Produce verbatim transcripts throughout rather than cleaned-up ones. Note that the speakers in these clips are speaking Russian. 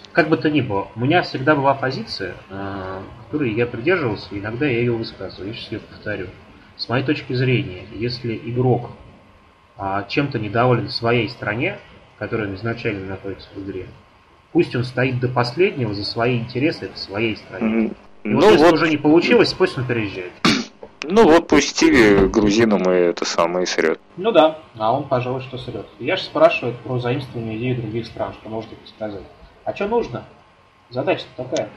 как бы то ни было, у меня всегда была позиция, э, которой я придерживался, и иногда я ее высказываю, я сейчас ее повторю. С моей точки зрения, если игрок а, чем-то недоволен в своей стране, которая изначально находится в игре, пусть он стоит до последнего за свои интересы в своей стране. И Ну вот если вот, уже не получилось, пусть он переезжает. ну вот пустили грузинам и это самое и срет. Ну да, а он, пожалуй, что срет. Я же спрашиваю про заимствование идей других стран, что можете сказать. А что нужно? Задача-то такая.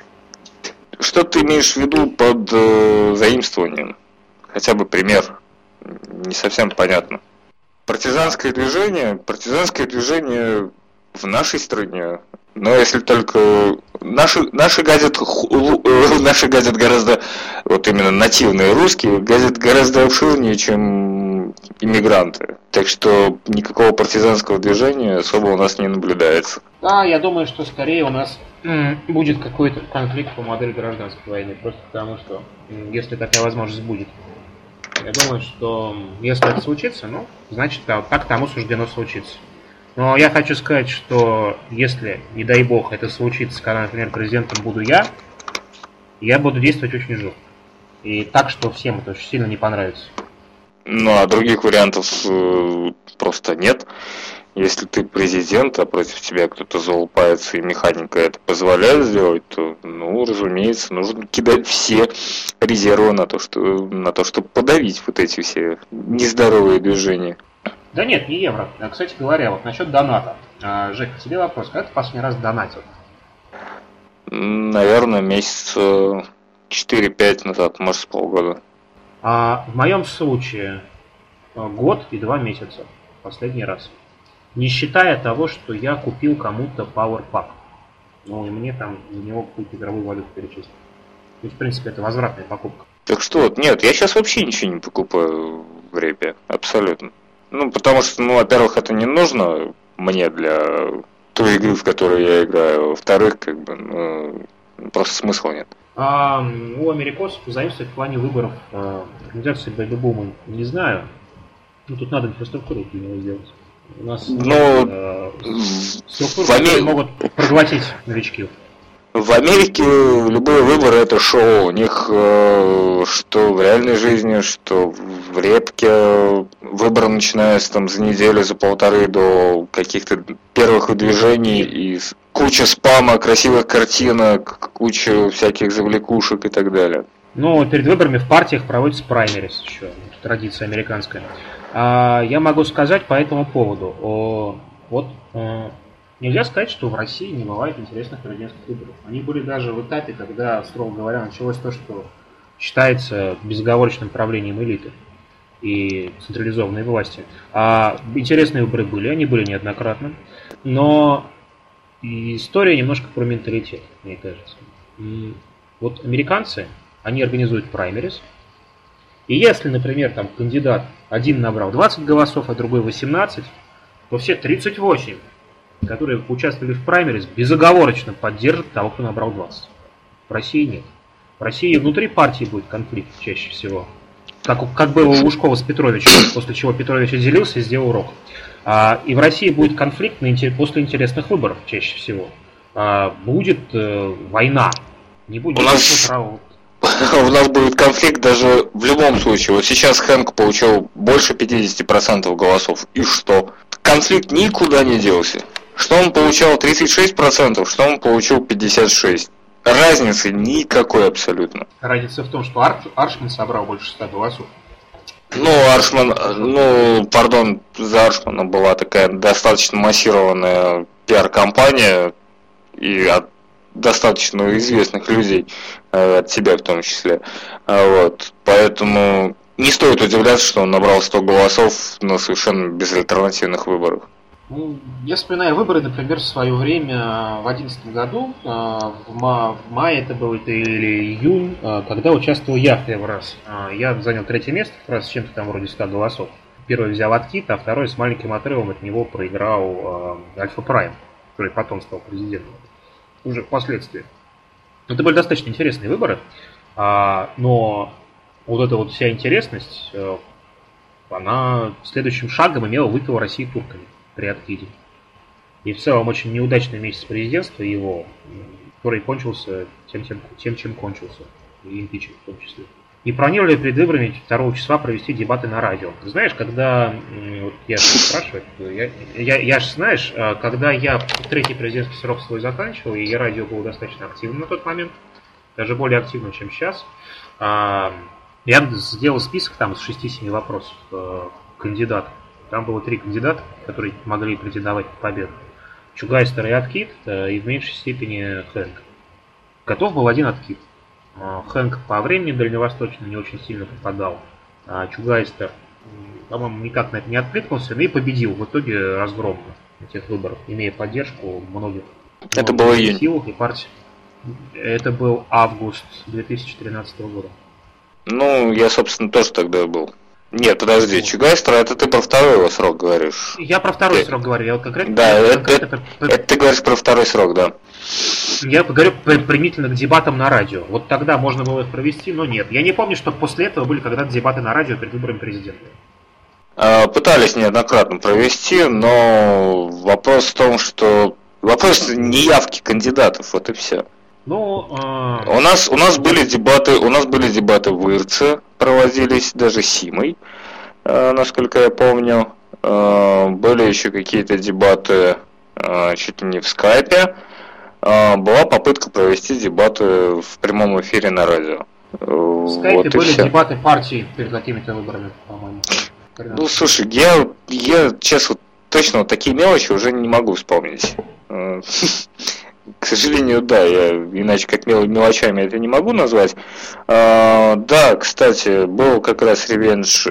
Что ты имеешь в виду под э, заимствованием? Хотя бы пример. Не совсем понятно. Партизанское движение, партизанское движение в нашей стране. Но если только наши, наши гадят, наши гадят гораздо, вот именно нативные русские, гадят гораздо обширнее, чем иммигранты. Так что никакого партизанского движения особо у нас не наблюдается. Да, я думаю, что скорее у нас м, будет какой-то конфликт по модели гражданской войны. Просто потому что, м, если такая возможность будет. Я думаю, что если это случится, ну, значит, да, так тому суждено случиться. Но я хочу сказать, что если, не дай бог, это случится, когда, например, президентом буду я, я буду действовать очень жестко. И так, что всем это очень сильно не понравится. Ну, а других вариантов э, просто нет. Если ты президент, а против тебя кто-то залупается и механика это позволяет сделать, то, ну, разумеется, нужно кидать все резервы на то, что, на то, чтобы подавить вот эти все нездоровые движения. Да нет, не евро. А, кстати говоря, вот насчет доната. А, Жек, к тебе вопрос. Когда ты последний раз донатил? Наверное, месяца четыре-пять назад, может, с полгода. А в моем случае год и два месяца. Последний раз. Не считая того, что я купил кому-то Power Pack. Ну и мне там за него какую-то игровую валюту перечислили. То есть, в принципе, это возвратная покупка. Так что вот, нет, я сейчас вообще ничего не покупаю в репе, абсолютно. Ну, потому что, ну, во-первых, это не нужно мне для той игры, в которой я играю. Во-вторых, как бы, ну, просто смысла нет. А у америкосов заимствовать в плане выборов э, организации Baby Boom не знаю. Ну, тут надо инфраструктуру для него сделать. У нас Но нет э, структур, которые могут проглотить новички. В Америке любые выборы это шоу. У них э, что в реальной жизни, что в репке выборы начинаются там за неделю, за полторы до каких-то первых выдвижений и куча спама, красивых картинок, куча всяких завлекушек и так далее. Ну, перед выборами в партиях проводится праймерис еще, традиция американская. А я могу сказать по этому поводу. О, вот о, нельзя сказать, что в России не бывает интересных президентских выборов. Они были даже в этапе, когда, строго говоря, началось то, что считается безоговорочным правлением элиты и централизованной власти. А интересные выборы были, они были неоднократно. Но история немножко про менталитет, мне кажется. И вот американцы, они организуют праймерис. И если, например, там кандидат один набрал двадцать голосов, а другой восемнадцать, то все тридцать восемь, которые участвовали в праймерис, безоговорочно поддержат того, кто набрал двадцать. В России нет. В России внутри партии будет конфликт чаще всего. Как, как было у Лужкова с Петровичем, после чего Петрович отделился и сделал урок. А, и в России будет конфликт на, после интересных выборов чаще всего. А, будет э, война. Не будет у нас, у нас будет конфликт даже в любом случае. Вот сейчас Хэнк получил больше пятьдесят процентов голосов. И что? Конфликт никуда не делся. Что он получал тридцать шесть процентов, что он получил пятьдесят шесть процентов. Разницы никакой абсолютно. Разница в том, что Арш, Аршман собрал больше ста голосов. Ну, Аршман, ну, пардон, за Аршмана была такая достаточно массированная пиар-компания и от достаточно известных людей, от себя в том числе. Вот. Поэтому не стоит удивляться, что он набрал сто голосов на совершенно безальтернативных выборах. Ну, я вспоминаю выборы, например, в свое время в две тысячи одиннадцатом году, в, ма- в мае это был это или июнь, когда участвовал я в первый раз. Я занял третье место, как раз с чем-то там вроде ста голосов. Первый взял от Кита, а второй с маленьким отрывом от него проиграл Альфа Прайм, который потом стал президентом. Уже впоследствии. Это были достаточно интересные выборы, но вот эта вот вся интересность, она следующим шагом имела выпила России турками при откиде. И в целом очень неудачный месяц президентства его, который кончился тем, тем, тем чем кончился. И импичмент в том числе. Не планировали перед выборами второго числа провести дебаты на радио. Ты знаешь, когда, вот я спрашиваю, я, я, я же знаешь, когда я третий президентский срок свой заканчивал, и я радио был достаточно активным на тот момент, даже более активным, чем сейчас, я сделал список там из шести-семи вопросов кандидатов. Там было три кандидата, которые могли претендовать на победу. Чугайстер и Откит, и в меньшей степени Хэнк. Готов был один Откит. Хэнк по времени дальневосточно не очень сильно попадал. А Чугайстер, по-моему, никак на это не откликнулся, и победил в итоге разгромно этих выборов, имея поддержку многих. Это был июнь. Сил и партий. Это был август две тысячи тринадцатого года. Ну, я, собственно, тоже тогда был. Нет, подожди, вот. Чугайстер, это ты про второй его срок говоришь. Я про второй ты... срок говорю, я вот конкретно... Да, я это, конкретно... Это, это ты говоришь про второй срок, да. Я говорю примительно к дебатам на радио. Вот тогда можно было их провести, но нет. Я не помню, что после этого были когда-то дебаты на радио перед выборами президента. Пытались неоднократно провести, но вопрос в том, что... Вопрос неявки кандидатов, вот и все. Ну, э... у нас у нас были дебаты, у нас были дебаты в ИРЦ, проводились даже Симой, э, насколько я помню. Э, были еще какие-то дебаты э, чуть ли не в скайпе. Э, была попытка провести дебаты в прямом эфире на радио. В скайпе вот были дебаты партии перед какими-то выборами, по-моему. Ну, слушай, я, я честно, точно вот такие мелочи уже не могу вспомнить. К сожалению, да, я иначе как мел- мелочами это не могу назвать. А, да, кстати, был как раз ревенж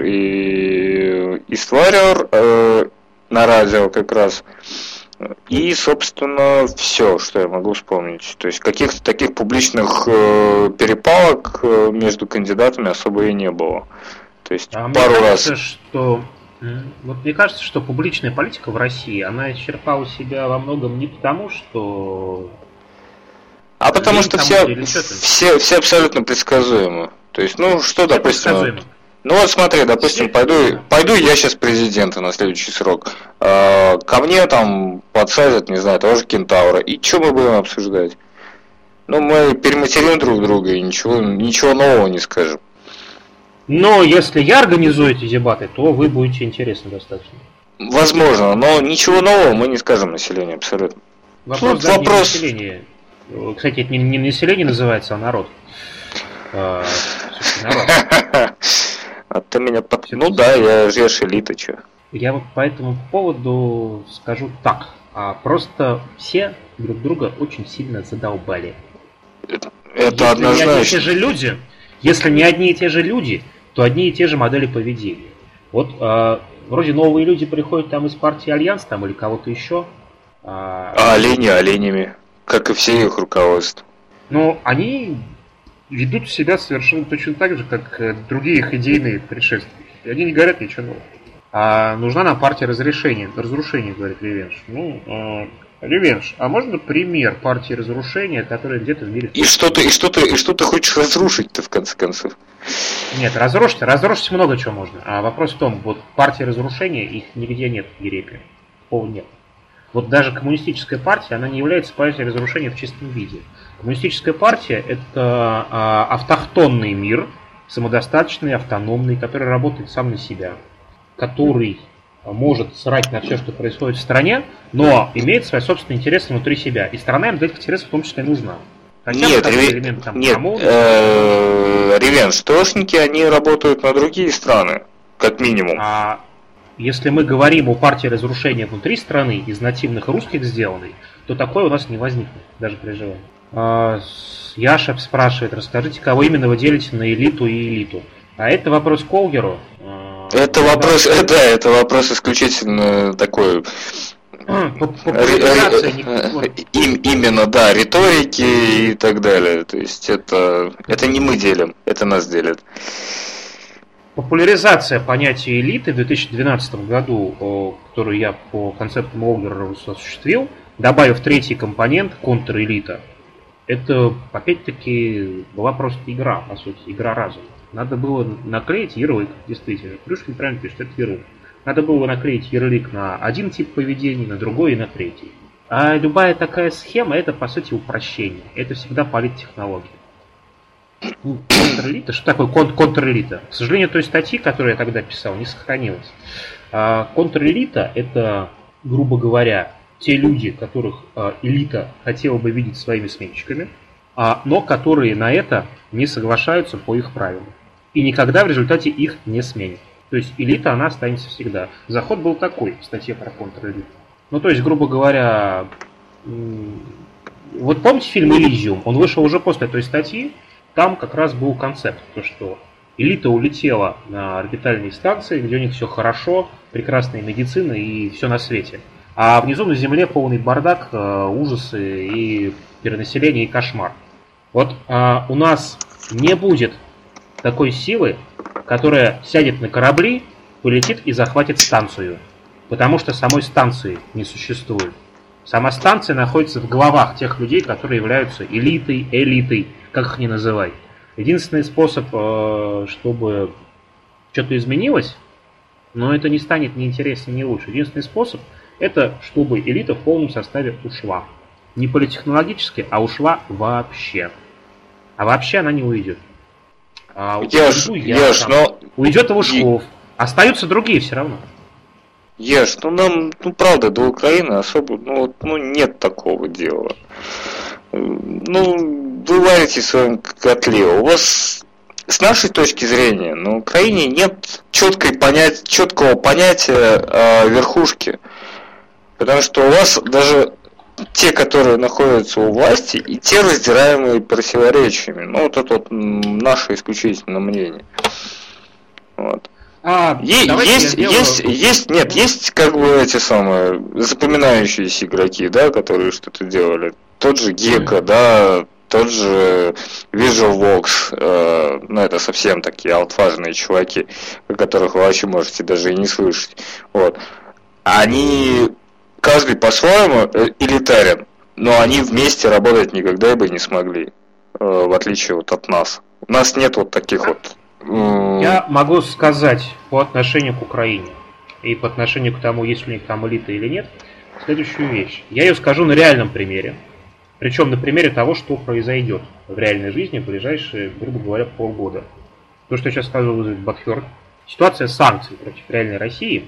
и East Warrior э, на радио как раз. И, собственно, все, что я могу вспомнить. То есть каких-то таких публичных э, перепалок э, между кандидатами особо и не было. То есть а пару мне раз. кажется, что Вот мне кажется, что публичная политика в России, она исчерпала себя во многом не потому, что... А потому что все, все, все абсолютно предсказуемы. То есть, ну, что, все допустим... Ну вот смотри, допустим, пойду, пойду я сейчас президента на следующий срок. Ко мне там подсадят, не знаю, того же Кентавра. И что мы будем обсуждать? Ну, мы перематерим друг друга и ничего, ничего нового не скажем. Но если я организую эти дебаты, то вы будете интересны достаточно. Возможно, но ничего нового мы не скажем населению абсолютно. Вопрос, да, вопрос... не население. Кстати, это не, не население называется, а народ. А, народ. А ты меня под... Ну да, я же элита, что. Я вот по этому поводу скажу так. А просто все друг друга очень сильно задолбали. Это, это однозначно. Не одни и те же люди, если не одни и те же люди, то одни и те же модели поведения. Вот э, вроде новые люди приходят там из партии Альянс там или кого-то еще. А, а олени оленями, как и все их руководство. Ну, они ведут себя совершенно точно так же, как другие их идейные предшественники. И они не говорят ничего нового. А нужна нам партия разрешения, разрушения, говорит Ревенш. Ну, э, Ревенш, а можно пример партии разрушения, которая где-то в мире... И что ты, и что ты, и что ты хочешь разрушить-то, в конце концов? Нет, разрушить, разрушить много чего можно. А вопрос в том, вот партии разрушения, их нигде нет в Ерепе. Такого нет. Вот даже коммунистическая партия, она не является партией разрушения в чистом виде. Коммунистическая партия – это а, автохтонный мир, самодостаточный, автономный, который работает сам на себя, который может срать на все, что происходит в стране, но имеет свои собственные интересы внутри себя. И страна им для этих интересов в том числе нужна. Хотя нет, ревен... элемент, там, нет э, ревенш-тошники, они работают на другие страны, как минимум. А если мы говорим о партии разрушения внутри страны, из нативных русских сделанной, то такое у нас не возникнет, даже при желании. А, Яша спрашивает, расскажите, кого именно вы делите на элиту и элиту. А это вопрос к Олгеру. Это да, вопрос, да. да, это вопрос исключительно такой... Популяризация Им, именно, да, риторики и так далее. То есть это, это не мы делим, это нас делят. Популяризация понятия элиты в две тысячи двенадцатом году, которую я по концептам Олгера осуществил, добавив третий компонент, контрэлита, это опять-таки была просто игра, по сути, игра разума. Надо было наклеить ярлык, действительно. Плюшкин правильно пишет, это ярлык. Надо было наклеить ярлык на один тип поведения, на другой и на третий. А любая такая схема, это по сути упрощение. Это всегда политтехнология. Ну, контрэлита, что такое кон- контрэлита? К сожалению, той статьи, которую я тогда писал, не сохранилась. А контрэлита это, грубо говоря, те люди, которых а, элита хотела бы видеть своими сменщиками, а, но которые на это не соглашаются по их правилам. И никогда в результате их не сменят. То есть элита, она останется всегда. Заход был такой в статье про контрэлиту. Ну, то есть, грубо говоря, вот помните фильм «Элизиум»? Он вышел уже после той статьи. Там как раз был концепт, то что элита улетела на орбитальные станции, где у них все хорошо, прекрасная медицина и все на свете. А внизу на Земле полный бардак, ужасы и перенаселение и кошмар. Вот а, у нас не будет такой силы, которая сядет на корабли, полетит и захватит станцию. Потому что самой станции не существует. Сама станция находится в головах тех людей, которые являются элитой, элитой, как их ни называй. Единственный способ, чтобы что-то изменилось, но это не станет ни интереснее, ни лучше. Единственный способ, это чтобы элита в полном составе ушла. Не политтехнологически, а ушла вообще. А вообще она не уйдет. А Ешь, уйду я ешь, сам. но... Уйдет Ивушков. Остаются другие все равно. Ешь, ну нам, ну правда, до Украины особо, ну, вот, ну нет такого дела. Ну, вы варите в своем котле. У вас, с нашей точки зрения, на Украине нет четкой понять, четкого понятия э, верхушки. Потому что у вас даже те, которые находятся у власти, и те раздираемые противоречиями. Ну, вот это вот наше исключительное мнение. Вот. А, е- есть, сделаю... есть, есть, нет, есть как бы эти самые запоминающиеся игроки, да, которые что-то делали. Тот же Гека, mm-hmm. да, тот же VisualVox, э, ну это совсем такие алтфажные чуваки, о которых вы вообще можете даже и не слышать. Вот. Они, каждый по-своему элитарен, но они вместе работать никогда бы не смогли, э, в отличие вот от нас. У нас нет вот таких вот... Я могу сказать по отношению к Украине и по отношению к тому, есть ли у них там элита или нет, следующую вещь. Я ее скажу на реальном примере. Причем на примере того, что произойдет в реальной жизни в ближайшие, грубо говоря, полгода. То, что я сейчас скажу, вызовет бадхёрт. Ситуация санкций против реальной России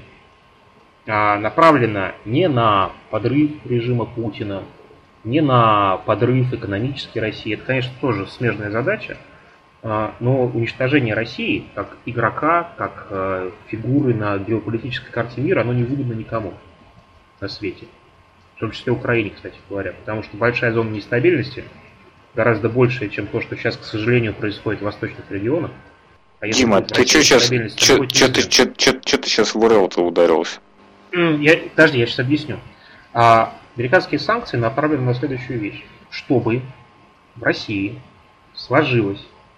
направлена не на подрыв режима Путина, не на подрыв экономической России. Это, конечно, тоже смежная задача. Но уничтожение России как игрока, как фигуры на геополитической карте мира, оно не выгодно никому на свете. В том числе Украине, кстати говоря. Потому что большая зона нестабильности, гораздо большая, чем то, что сейчас, к сожалению, происходит в восточных регионах. А Дима, ты что сейчас, что ты сейчас в Урал-то ударился? Я, подожди, я сейчас объясню. А, американские санкции направлены на следующую вещь. Чтобы в России сложилась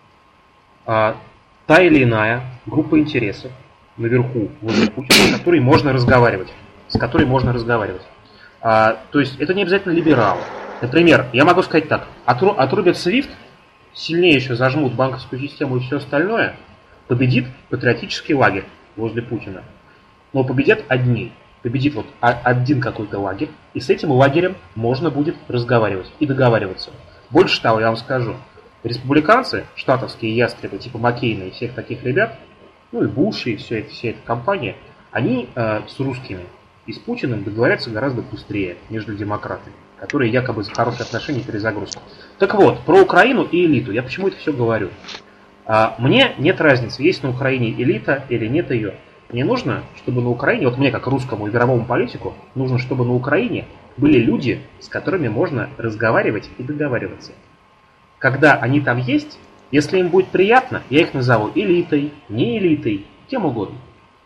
а, та или иная группа интересов наверху, возле Путина, с которой можно разговаривать. С которой можно разговаривать. А, то есть это не обязательно либералы. Например, я могу сказать так. Отру, отрубят свифт, сильнее еще зажмут банковскую систему и все остальное, победит патриотический лагерь возле Путина. Но победят одни. Победит вот один какой-то лагерь, и с этим лагерем можно будет разговаривать и договариваться. Больше того, я вам скажу. Республиканцы, штатовские ястребы, типа Маккейна и всех таких ребят, ну и Буш, и все это, вся эта компания, они э, с русскими и с Путиным договорятся гораздо быстрее, нежели демократы, которые якобы за хорошие отношения и перезагрузку. Так вот, про Украину и элиту. Я почему это все говорю? А, мне нет разницы, есть на Украине элита или нет ее. Мне нужно, чтобы на Украине, вот мне как русскому и мировому политику, нужно, чтобы на Украине были люди, с которыми можно разговаривать и договариваться. Когда они там есть, если им будет приятно, я их назову элитой, не элитой, кем угодно.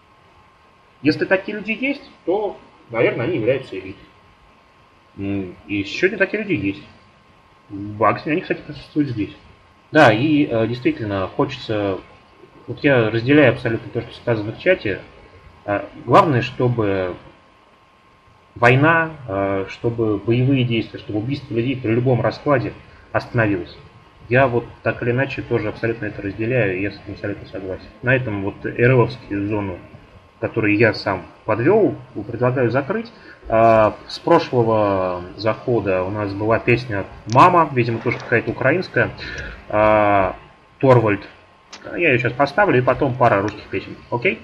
Если такие люди есть, то, наверное, они являются элитой. И сегодня такие люди есть. В Аксине они, кстати, присутствуют здесь. Да, и э, действительно хочется... Вот я разделяю абсолютно то, что сказано в чате. Э, главное, чтобы война, э, чтобы боевые действия, чтобы убийство людей при любом раскладе остановилось. Я вот так или иначе тоже абсолютно это разделяю, и я с этим абсолютно согласен. На этом вот эр эловскую зону который я сам подвел, предлагаю закрыть. С прошлого захода у нас была песня «Мама», видимо, тоже какая-то украинская, Торвальд. Я ее сейчас поставлю, и потом пара русских песен. Окей?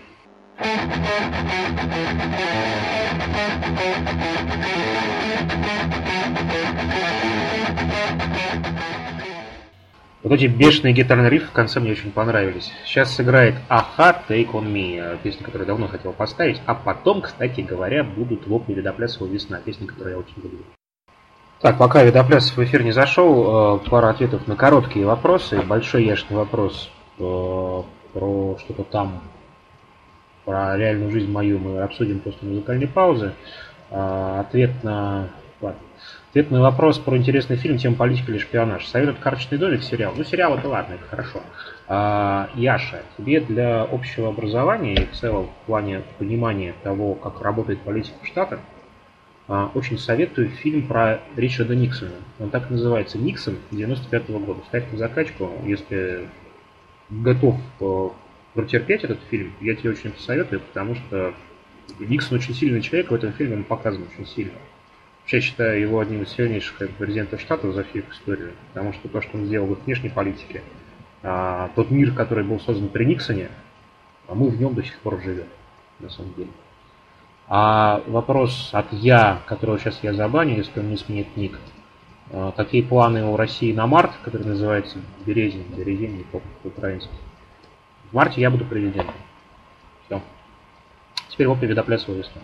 Вот эти бешеные гитарные рифы в конце мне очень понравились. Сейчас сыграет Аха Take On Me, песня, которую я давно хотел поставить. А потом, кстати говоря, будут вопли Видоплясова «Весна», песня, которую я очень люблю. Так, пока Видоплясов в эфир не зашел, пара ответов на короткие вопросы. Большой яшный вопрос про что-то там, про реальную жизнь мою мы обсудим после музыкальной паузы. Ответ на... Ладно. Ответ на вопрос про интересный фильм, тема политика или шпионаж. Советует «Карточный домик» сериал. Ну, сериал это ладно, это хорошо. А, Яша, тебе для общего образования и в целом в плане понимания того, как работает политика в Штатах, а, очень советую фильм про Ричарда Никсона. Он так и называется «Никсон» девяносто пятого года. Ставь на закачку, если готов протерпеть этот фильм, я тебе очень посоветую, потому что Никсон очень сильный человек, в этом фильме он показан очень сильно. Я считаю его одним из сильнейших президентов Штатов за всю их историю, потому что то, что он сделал в их внешней политике, а, тот мир, который был создан при Никсоне, а мы в нем до сих пор живем, на самом деле. А вопрос от я, которого сейчас я забаню, если он не сменит ник. А, какие планы у России на март, который называется Березин, Березин, не помню по-украински. В марте я буду президентом. Все. Теперь вопли Видоплясова «Весна».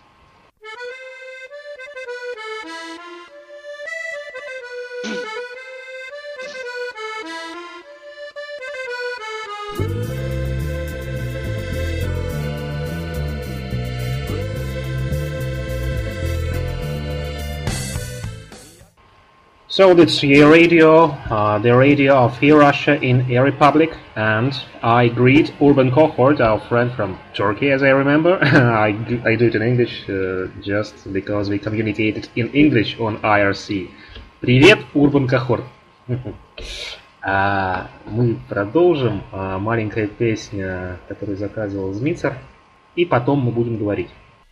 So it's Air Radio, uh, the radio of Here Russia in Air Republic, and I greet Urban Cohort, our friend from Turkey, as I remember. I, do, I do it in English uh, just because we communicated in English on I R C. Привет, Urban Cohort. uh, мы продолжим. Uh, маленькая песня, которую заказывал Змицер, и потом мы будем говорить.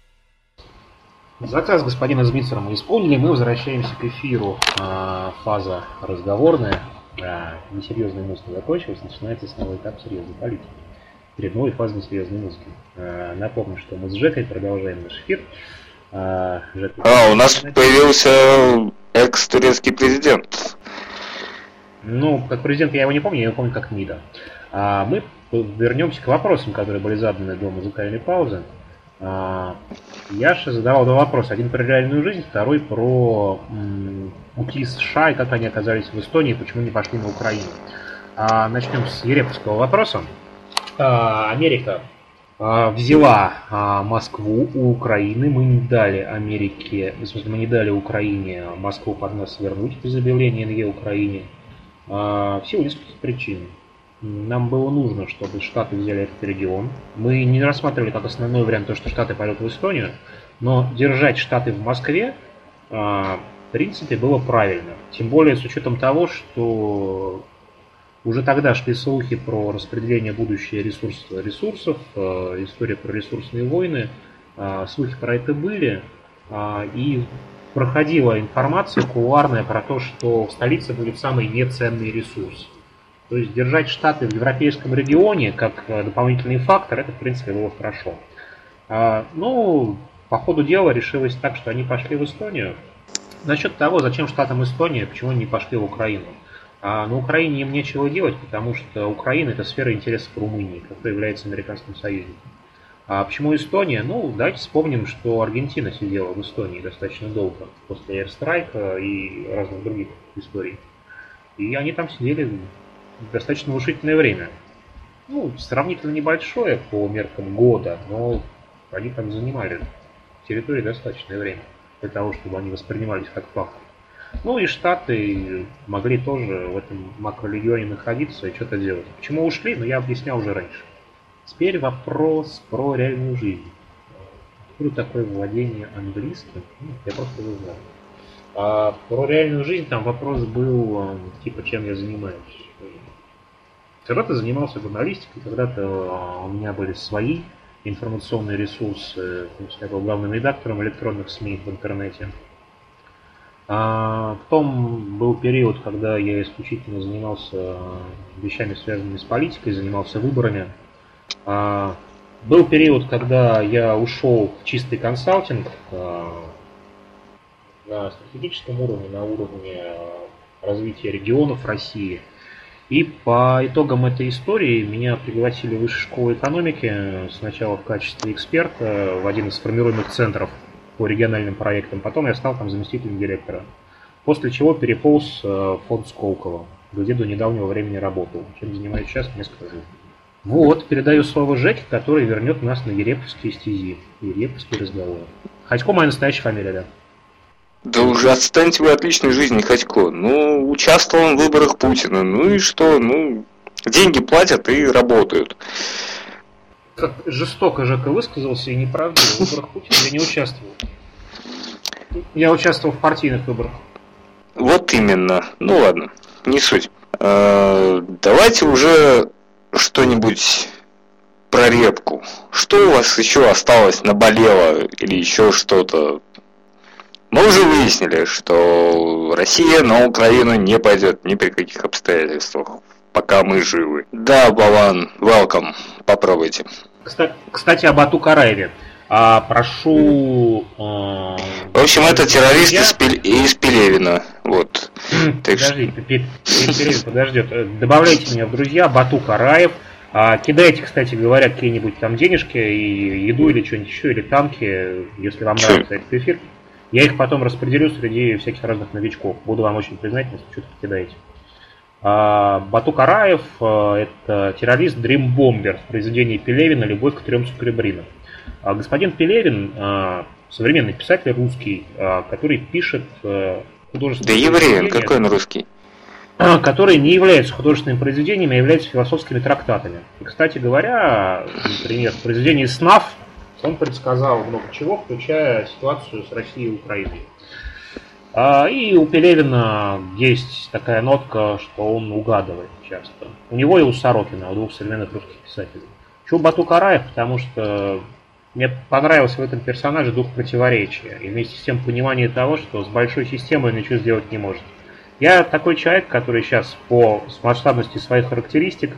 Заказ господина Змицера мы исполнили, мы возвращаемся к эфиру. Фаза разговорная, несерьезная музыка закончилась, начинается снова этап серьезной политики. Перед новой фазой несерьезной музыки. Напомню, что мы с Жекой продолжаем наш эфир. Жека... А, у нас появился экс-турецкий президент. Ну, как президент я его не помню, я его помню как МИДа. Мы вернемся к вопросам, которые были заданы до музыкальной паузы. Яша задавал два вопроса. Один про реальную жизнь, второй про м, пути США и как они оказались в Эстонии, почему не пошли на Украину. А, начнем с ереповского вопроса. А, Америка а, взяла а, Москву у Украины. Мы не дали Америке, в смысле, мы не дали Украине Москву под нас вернуть без объявления эн е Украине. А, в силу нескольких причин. Нам было нужно, чтобы Штаты взяли этот регион. Мы не рассматривали как основной вариант то, что Штаты пойдут в Эстонию, но держать Штаты в Москве, в принципе, было правильно. Тем более с учетом того, что уже тогда шли слухи про распределение будущего ресурс, ресурсов, история про ресурсные войны, слухи про это были, и проходила информация кулуарная про то, что в столице будет самый неценный ресурс. То есть держать Штаты в европейском регионе как дополнительный фактор, это в принципе было хорошо. А, ну, по ходу дела решилось так, что они пошли в Эстонию. Насчет того, зачем Штатам Эстония, почему они не пошли в Украину. А на Украине им нечего делать, потому что Украина это сфера интересов Румынии, которая является американским союзником. А почему Эстония? Ну, давайте вспомним, что Аргентина сидела в Эстонии достаточно долго, после Airstrike и разных других историй. И они там сидели достаточно внушительное время. Ну, сравнительно небольшое по меркам года, но они там занимали территорию достаточное время для того, чтобы они воспринимались как факт. Ну и Штаты могли тоже в этом макрорегионе находиться и что-то делать. Почему ушли? Ну, я объяснял уже раньше. Теперь вопрос про реальную жизнь. Откуда такое владение английским? Ну, я просто его знаю. А про реальную жизнь там вопрос был, типа, чем я занимаюсь. Когда-то занимался журналистикой, когда-то у меня были свои информационные ресурсы. Я был главным редактором электронных СМИ в интернете. А потом был период, когда я исключительно занимался вещами, связанными с политикой, занимался выборами. А был период, когда я ушел в чистый консалтинг на стратегическом уровне, на уровне развития регионов России. И по итогам этой истории меня пригласили в Высшую школу экономики, сначала в качестве эксперта в один из формируемых центров по региональным проектам, потом я стал там заместителем директора. После чего переполз в фонд Сколково, где до недавнего времени работал. Чем занимаюсь сейчас, не скажу. Вот, передаю слово Жеке, который вернет нас на ереповские стези. Ереповские разговоры. Ходько моя настоящая фамилия, да. Да уже отстаньте вы от личной жизни, Ходько. Ну, участвовал он в выборах Путина. Ну и что? Ну, деньги платят и работают. Как жестоко Жека высказался и неправда. В выборах Путина я не участвовал. Я участвовал в партийных выборах. Вот именно. Ну ладно, не суть. А, давайте уже что-нибудь про репку. Что у вас еще осталось, наболело или еще что-то? Мы уже выяснили, что Россия на Украину не пойдет ни при каких обстоятельствах, пока мы живы. Да, Балан, welcome, попробуйте. Кстати, кстати о Бату Караеве. А, прошу... Э, В общем, это террорист из, Пель... из Пелевина. Вот. Подожди, Пелевин подождет. Добавляйте меня в друзья, Бату Караев. А, кидайте, кстати говоря, какие-нибудь там денежки, и еду или что-нибудь еще, или танки, если вам нравится этот эфир. Я их потом распределю среди всяких разных новичков. Буду вам очень признателен, если что-то кидаете. А, Бату Караев – это террорист Dream Bomber в произведении Пелевина «Любовь к трем цукребринам». А господин Пелевин а, – современный писатель русский, а, который пишет а, художественные да евреин, какой он русский? А, которые не являются художественными произведениями, а являются философскими трактатами. И, кстати говоря, например, в произведении «Снаф» он предсказал много чего, включая ситуацию с Россией и Украиной. И у Пелевина есть такая нотка, что он угадывает часто. У него и у Сорокина, у двух современных русских писателей. Чего Бату Караев, потому что мне понравилось в этом персонаже дух противоречия. И вместе с тем понимание того, что с большой системой он ничего сделать не может. Я такой человек, который сейчас по масштабности своих характеристик,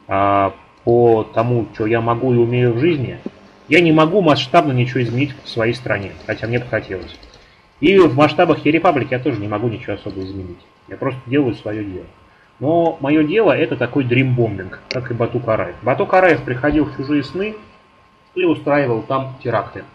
по тому, что я могу и умею в жизни, я не могу масштабно ничего изменить в своей стране, хотя мне бы хотелось. И в масштабах Ерепаблики я тоже не могу ничего особо изменить. Я просто делаю свое дело. Но мое дело это такой дримбомбинг, как и Бату Караев. Бату Караев приходил в чужие сны и устраивал там теракты.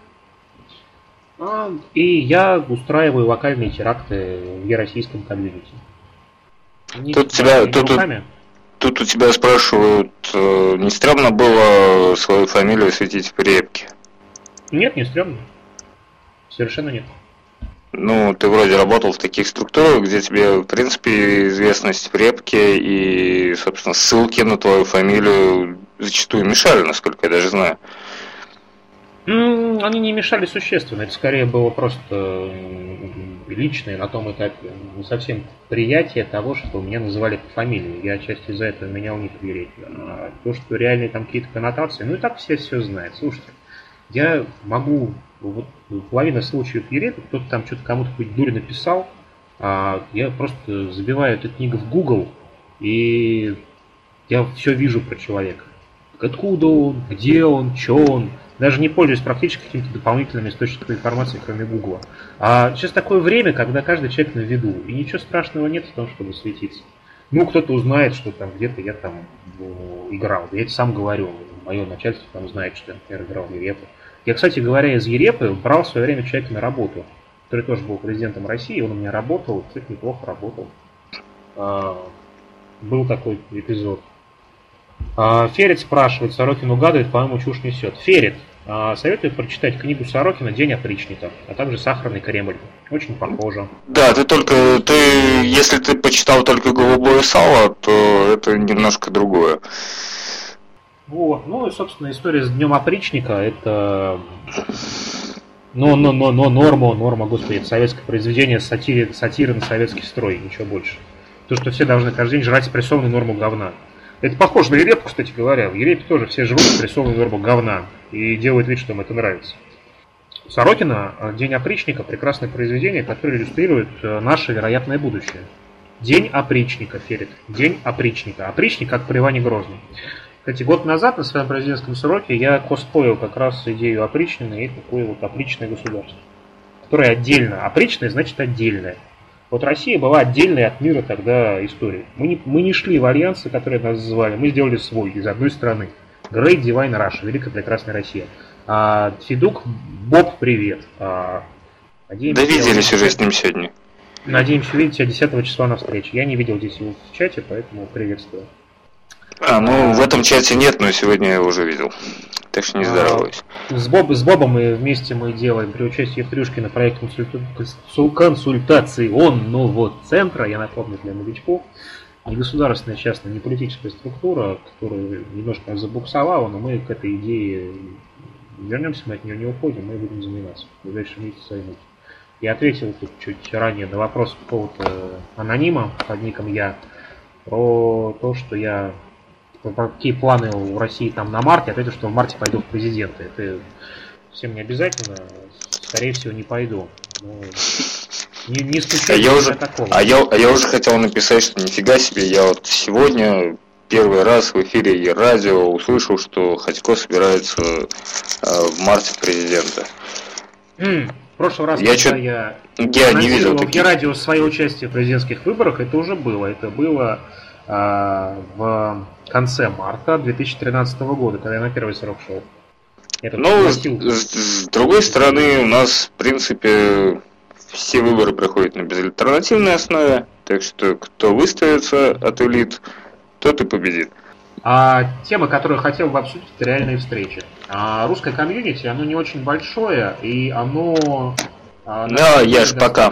И я устраиваю локальные теракты в ероссийском комьюнити. Тут тебя... Тут... Тут у тебя спрашивают, не стрёмно было свою фамилию светить в репке? Нет, не стрёмно. Совершенно нет. Ну, ты вроде работал в таких структурах, где тебе, в принципе, известность в репке и, собственно, ссылки на твою фамилию зачастую мешали, насколько я даже знаю. Они не мешали существенно, это скорее было просто личное на том этапе, не совсем приятие того, что меня называли по фамилии. Я отчасти из-за этого менял ник в Ерепе. А то, что реальные там какие-то коннотации, ну и так все все знают. Слушайте, я могу, вот половина случаев в Ерепе, кто-то там что-то кому-то какую-то дурь написал, а я просто забиваю этот ник в Google, и я все вижу про человека. Откуда он, где он, что он. Даже не пользуюсь практически какими-то дополнительными источниками информации, кроме Гугла. А сейчас такое время, когда каждый человек на виду. И ничего страшного нет в том, чтобы светиться. Ну, кто-то узнает, что там где-то я там ну, играл. Я это сам говорю. Мое начальство там знает, что я, например, играл в Ерепу. Я, кстати говоря, из Ерепы брал в свое время человека на работу, который тоже был президентом России. Он у меня работал, кстати, неплохо работал. А, был такой эпизод. Ферит спрашивает, Сорокин угадывает, по-моему, чушь несет. Ферит, советую прочитать книгу Сорокина «День опричника», а также «Сахарный Кремль». Очень похоже. Да, ты только, ты, если ты почитал только «Голубое сало», то это немножко другое. Вот, ну и, собственно, история с Днем опричника, это... Но, но, но, но, норма, норма, господи, это советское произведение, сатиры, сатиры на советский строй, ничего больше. То, что все должны каждый день жрать спрессованную норму говна. Это похоже на Ерепу, кстати говоря. В Ерепе тоже все жрут прессованную вербу говна и делают вид, что им это нравится. Сорокина «День опричника» — прекрасное произведение, которое иллюстрирует наше вероятное будущее. День опричника, Ферит. День опричника. Опричник, как при Иване Грозном. Кстати, год назад на своем президентском сроке я косплеил как раз идею опричнины и такое вот опричное государство, которое отдельно. Опричное значит отдельное. Вот Россия была отдельной от мира тогда историей. Мы не, мы не шли в альянсы, которые нас звали, мы сделали свой из одной страны. Great Divine Russia, Великая Прекрасная Россия. А, Федук, Боб, привет. А, надеемся, да виделись уже с ним сегодня. Надеемся увидеть тебя десятого числа на встрече. Я не видел здесь его в чате, поэтому приветствую. А, ну в этом чате нет, но сегодня я его уже видел. Так что не здороваюсь. А, с, Боб, с Бобом мы вместе мы делаем при участии Евтрюшкина проект консульту, консультационного центра. Я напомню для новичков. Не государственная, частная, не политическая структура, которая немножко забуксовала, но мы к этой идее вернемся, мы от нее не уходим, мы будем заниматься в ближайшие месяцы займутся. Я ответил тут чуть ранее на вопрос по поводу анонима под ником Я, про то, что я, какие планы у России там на марте, ответил, что в марте пойду в президенты. Это всем не обязательно, скорее всего не пойду. Но не, не а я уже, такого. А я, а я уже хотел написать, что нифига себе, я вот сегодня первый раз в эфире радио услышал, что Ходько собирается э, в марте президента. Mm. В прошлый раз, я когда чё... я, я не видел в таких. радио свое участие в президентских выборах, это уже было. Это было э, в конце марта две тысячи тринадцатого года, когда я на первый срок шел. Ну, с, с другой стороны, у нас, в принципе, все выборы проходят на безальтернативной основе, так что кто выставится от элит, тот и победит. А тема, которую я хотел бы обсудить, это реальные встречи. А русское комьюнити, оно не очень большое, и оно... Да, я же пока.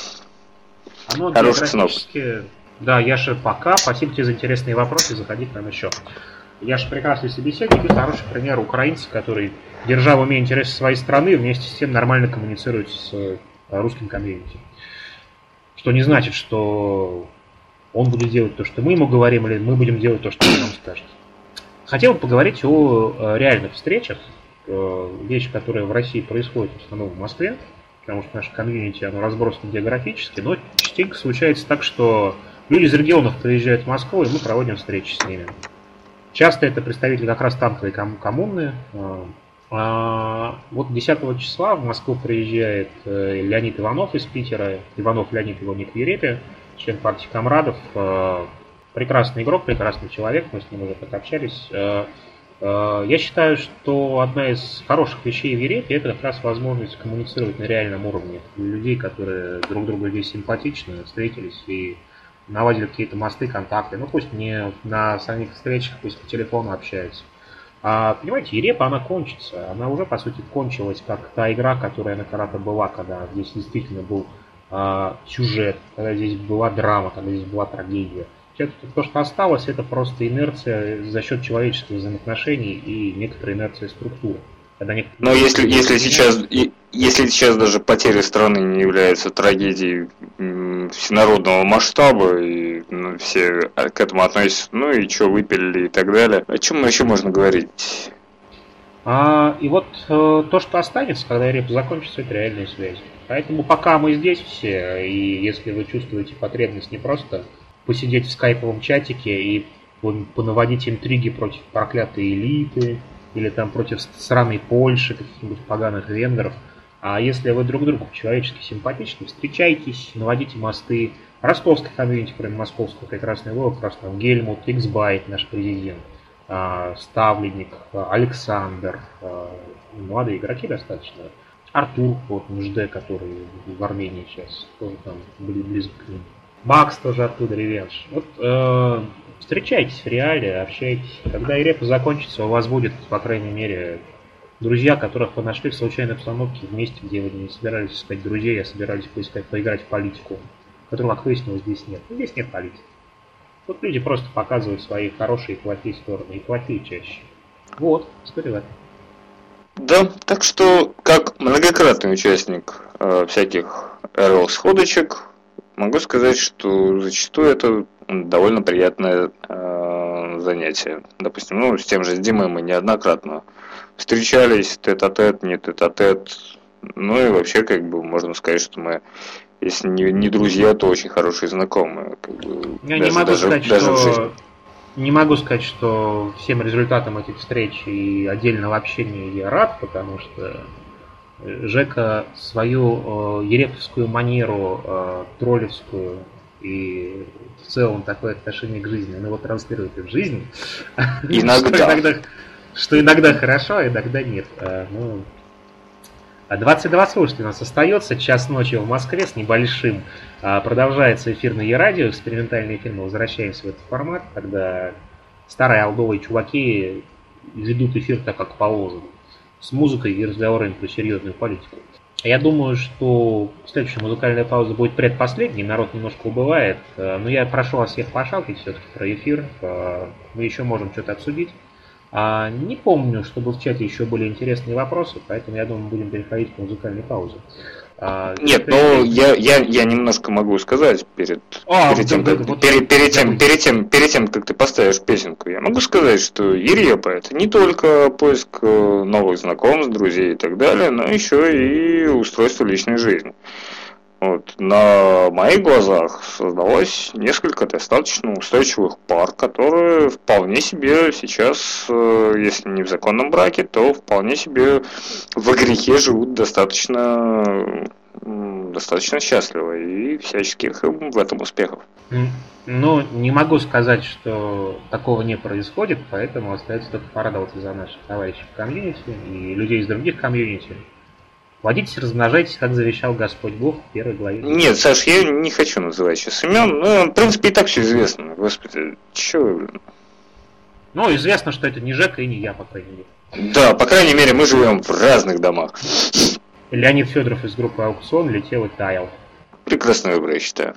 Оно географически... Да, Яша, пока. Спасибо тебе за интересные вопросы, заходи к нам еще. Яша прекрасный собеседник и хороший пример украинца, который, держа в уме интересы своей страны, вместе с тем нормально коммуницирует с русским комьюнити. Что не значит, что он будет делать то, что мы ему говорим, или мы будем делать то, что он нам скажет. Хотел бы поговорить о реальных встречах, вещь, которая в России происходит в основном в Москве, потому что наше комьюнити, оно разбросано географически, но частенько случается так, что люди из регионов приезжают в Москву, и мы проводим встречи с ними. Часто это представители как раз танковой коммуны. Вот десятого числа в Москву приезжает Леонид Иванов из Питера. Иванов Леонид, его ник в Ерепе, член партии Комрадов. Прекрасный игрок, прекрасный человек, мы с ним уже так общались. Я считаю, что одна из хороших вещей в Ерепе — это как раз возможность коммуницировать на реальном уровне. Людей, которые друг другу здесь симпатичны, встретились и наладили какие-то мосты, контакты. Ну пусть не на самих встречах, пусть по телефону общаются. А, понимаете, Ерепа, она кончится. Она уже, по сути, кончилась, как та игра, которая на когда-то была, когда здесь действительно был а, сюжет, когда здесь была драма, когда здесь была трагедия. То, что осталось, это просто инерция за счет человеческих взаимоотношений и некоторая инерция структуры. Но если, если, сейчас, если сейчас даже потеря страны не является трагедией всенародного масштаба, и ну, все к этому относятся, ну и что, выпилили и так далее, о чем еще можно говорить? А, и вот э, то, что останется, когда реп закончится, это реальные связи. Поэтому пока мы здесь все, и если вы чувствуете потребность не просто посидеть в скайповом чатике и понаводить интриги против проклятой элиты, или там против сраной Польши, каких-нибудь поганых венгров. А если вы друг другу человечески симпатичны, встречайтесь, наводите мосты. Ростовский комьюнити, кроме московского, прекрасный город, Краснов, Гельмут, Иксбайт, наш президент, Ставленник, Александр, молодые игроки достаточно. Артур, вот, Мжд, который в Армении сейчас, тоже там были близко к ним. Макс тоже оттуда, ревенш. Вот, э, встречайтесь в реале, общайтесь. Когда Ерепа закончится, у вас будет, по крайней мере, друзья, которых вы нашли в случайной обстановке в месте, где вы не собирались искать друзей, а собирались поискать, поиграть в политику, которую, как выяснилось, здесь нет. Здесь нет политики. Вот люди просто показывают свои хорошие и плохие стороны, и плохие чаще. Вот, история в этом. Да, так что, как многократный участник э, всяких эр эл-сходочек, могу сказать, что зачастую это довольно приятное э, занятие. Допустим, ну, с тем же с Димой мы неоднократно встречались, тет-а-тет, не тет-а-тет. Ну и вообще, как бы, можно сказать, что мы, если не, не друзья, то очень хорошие знакомые. Как бы, Я даже, не могу даже, сказать, даже что... Не могу сказать, что всем результатам этих встреч и отдельного общения я рад, потому что Жека свою э, ереповскую манеру, э, троллевскую и в целом такое отношение к жизни, он его транслирует и в жизни. Иногда. что, иногда что иногда хорошо, а иногда нет. А, ну, двадцать два слушателя у нас остается, час ночи в Москве с небольшим. А, продолжается эфир на Е-радио, экспериментальный эфир, мы возвращаемся в этот формат, когда старые олдовые чуваки ведут эфир так, как положено, с музыкой и разговорами про серьезную политику. Я думаю, что следующая музыкальная пауза будет предпоследней, народ немножко убывает, но я прошу вас всех пошалкать все-таки про эфир, мы еще можем что-то обсудить. Не помню, чтобы в чате еще были интересные вопросы, поэтому я думаю, мы будем переходить к музыкальной паузе. Нет, но я, я, я немножко могу сказать перед, а, перед, тем, да, как, вот перед, перед, тем, перед, тем, перед тем, как ты поставишь песенку. Я могу сказать, что Ерепа — это не только поиск новых знакомств, друзей и так далее, но еще и устройство личной жизни. Вот. На моих глазах создалось несколько достаточно устойчивых пар, которые вполне себе сейчас, если не в законном браке, то вполне себе во грехе живут достаточно, достаточно счастливо, и всяческих им в этом успехов. Ну, не могу сказать, что такого не происходит, поэтому остается только порадоваться за наших товарищей в комьюнити и людей из других комьюнити. Плодитесь, размножайтесь, как завещал Господь Бог в первой главе. Нет, Саш, я не хочу называть сейчас имен, но, в принципе, и так все известно. Господи, чё? Ну, известно, что это не Жека и не я, по крайней мере. Да, по крайней мере, мы живем в разных домах. Леонид Федоров из группы «Аукцион» летел и таял. Прекрасный выбор, я считаю.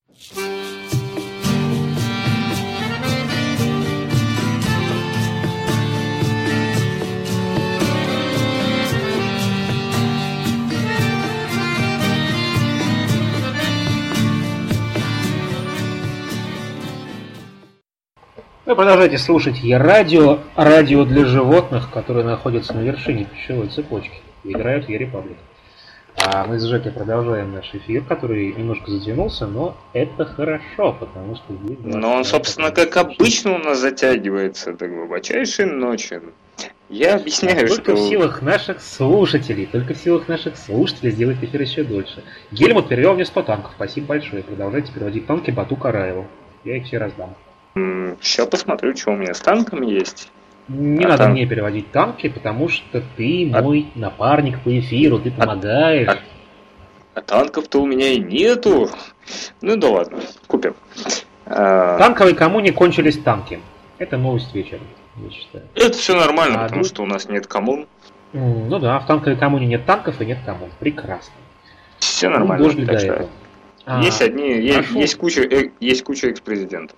Вы продолжаете слушать Е-радио, радио для животных, которые находятся на вершине пищевой цепочки и играют в Е-репаблик. А мы с Жекой продолжаем наш эфир, который немножко затянулся, но это хорошо, потому что... Но он, собственно, как обычно у нас затягивается до глубочайшей ночи. Я объясняю, а что... Только в силах наших слушателей, только в силах наших слушателей сделать эфир еще дольше. Гельмут перевел мне сто танков, спасибо большое. Продолжайте переводить танки Бату Караеву. Я их все раздам. Сейчас посмотрю, что у меня с танками есть. Не а надо танк... мне переводить танки, потому что ты мой а... напарник по эфиру, ты помогаешь. А... а танков-то у меня и нету. Ну да ладно, купим. А... Танковой коммуне кончились танки. Это новость вечера, я считаю. Это все нормально, а, потому ну... что у нас нет коммун. Ну да, в танковой коммуне нет танков и нет коммун. Прекрасно. Все нормально. Ну, так что... а... Есть одни, есть, есть куча, есть куча экс-президентов.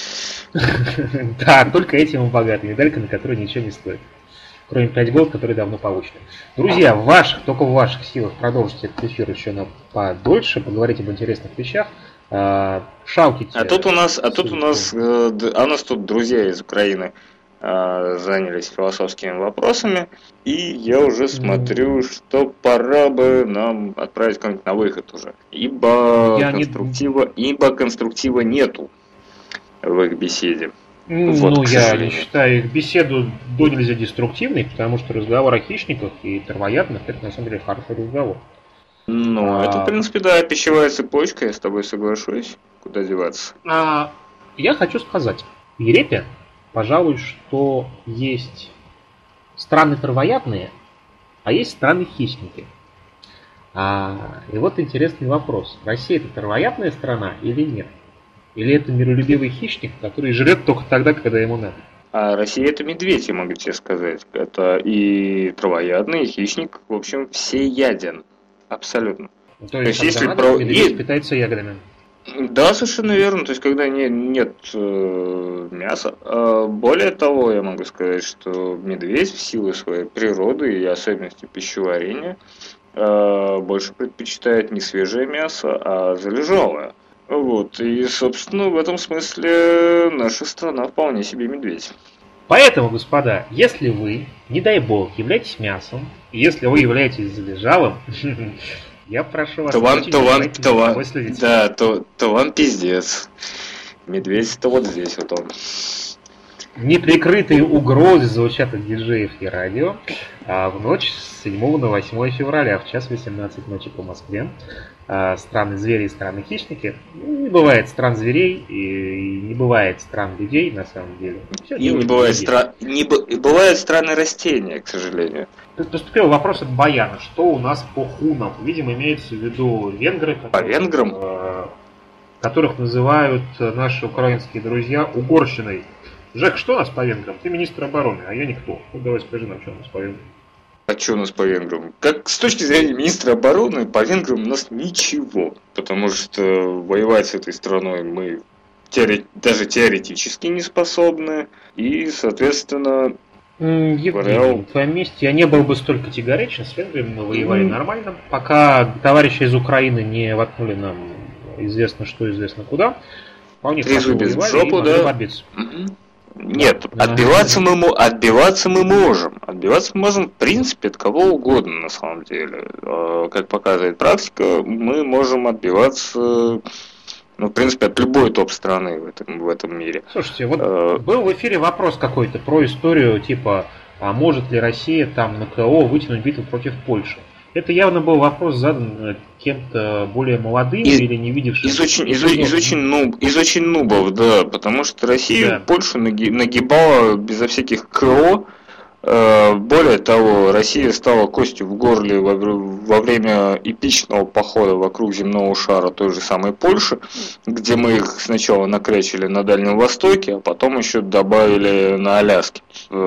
Да, только этим он богат. Медалька, на которой ничего не стоит. Кроме пять голд, которые давно получены. Друзья, в ваших, только в ваших силах продолжить этот эфир еще на подольше, поговорить об интересных вещах. Шауките. А тут у нас, а тут у нас, а у нас тут друзья из Украины занялись философскими вопросами, и я уже смотрю, что пора бы нам отправить кого-нибудь на выход уже. Ибо я конструктива, не... ибо конструктива нету в их беседе. Ну, вот, я не считаю их беседу до нельзя деструктивной, потому что разговор о хищниках и травоядных — это на самом деле хороший разговор. Ну, а... это, в принципе, да, пищевая цепочка, я с тобой соглашусь. Куда деваться? А, я хочу сказать, в Ерепе, пожалуй, что есть страны травоядные, а есть страны хищники. А, и вот интересный вопрос. Россия — это травоядная страна или нет? Или это миролюбивый хищник, который жрет только тогда, когда ему надо? А Россия — это медведь, я могу тебе сказать. Это и травоядный, и хищник, в общем, всеяден. Абсолютно. Ну, то, то есть, если надо, про... медведь и... питается ягодами. Да, совершенно верно. То есть, когда не, нет э, мяса. А более того, я могу сказать, что медведь в силу своей природы и особенностей пищеварения э, больше предпочитает не свежее мясо, а залежалое. Вот, и, собственно, в этом смысле наша страна вполне себе медведь. Поэтому, господа, если вы, не дай бог, являетесь мясом, и если вы являетесь залежалым, я прошу вас... То вам, то вам, то вам, да, то, то вам пиздец. Медведь-то вот здесь вот он. Неприкрытые угрозы звучат от диджеев и радио а в ночь с седьмого на восьмое февраля в час восемнадцать ночи по Москве. Страны звери и страны хищники. Не бывает стран зверей и не бывает стран людей на самом деле. Все и не бывает, стра... не б... бывают страны растения, к сожалению. Поступил вопрос от Баяна. Что у нас по хунам? Видимо, имеется в виду венгры. Которых, по венграм? Э, которых называют наши украинские друзья угорщиной. Жек, что у нас по венграм? Ты министр обороны, а я никто. Ну давай скажи нам, что у нас по венграм. А что у нас по венграм? Как с точки зрения министра обороны, по венграм у нас ничего. Потому что воевать с этой страной мы теоре... даже теоретически не способны. И, соответственно... Евгений, в твоем месте я не был бы столь категоричен. С венграми мы воевали mm. нормально. Пока товарищи из Украины не воткнули нам известно что, известно куда. Вполне хорошо воевали жопу, и могли да? побиться. Mm-hmm. Нет, отбиваться мы, отбиваться мы можем. Отбиваться мы можем, в принципе, от кого угодно, на самом деле. Как показывает практика, мы можем отбиваться, ну, в принципе, от любой топ-страны в этом, в этом мире. Слушайте, вот а... был в эфире вопрос какой-то про историю, типа, а может ли Россия там на ка о вытянуть битву против Польши? Это явно был вопрос задан кем-то более молодым из, или не видевшим. Из очень, из, из, очень нуб, из очень нубов, да, потому что Россия да. Польшу нагибала безо всяких ка о. Более того, Россия стала костью в горле во, во время эпичного похода вокруг земного шара той же самой Польши, где мы их сначала накрячили на Дальнем Востоке, а потом еще добавили на Аляске.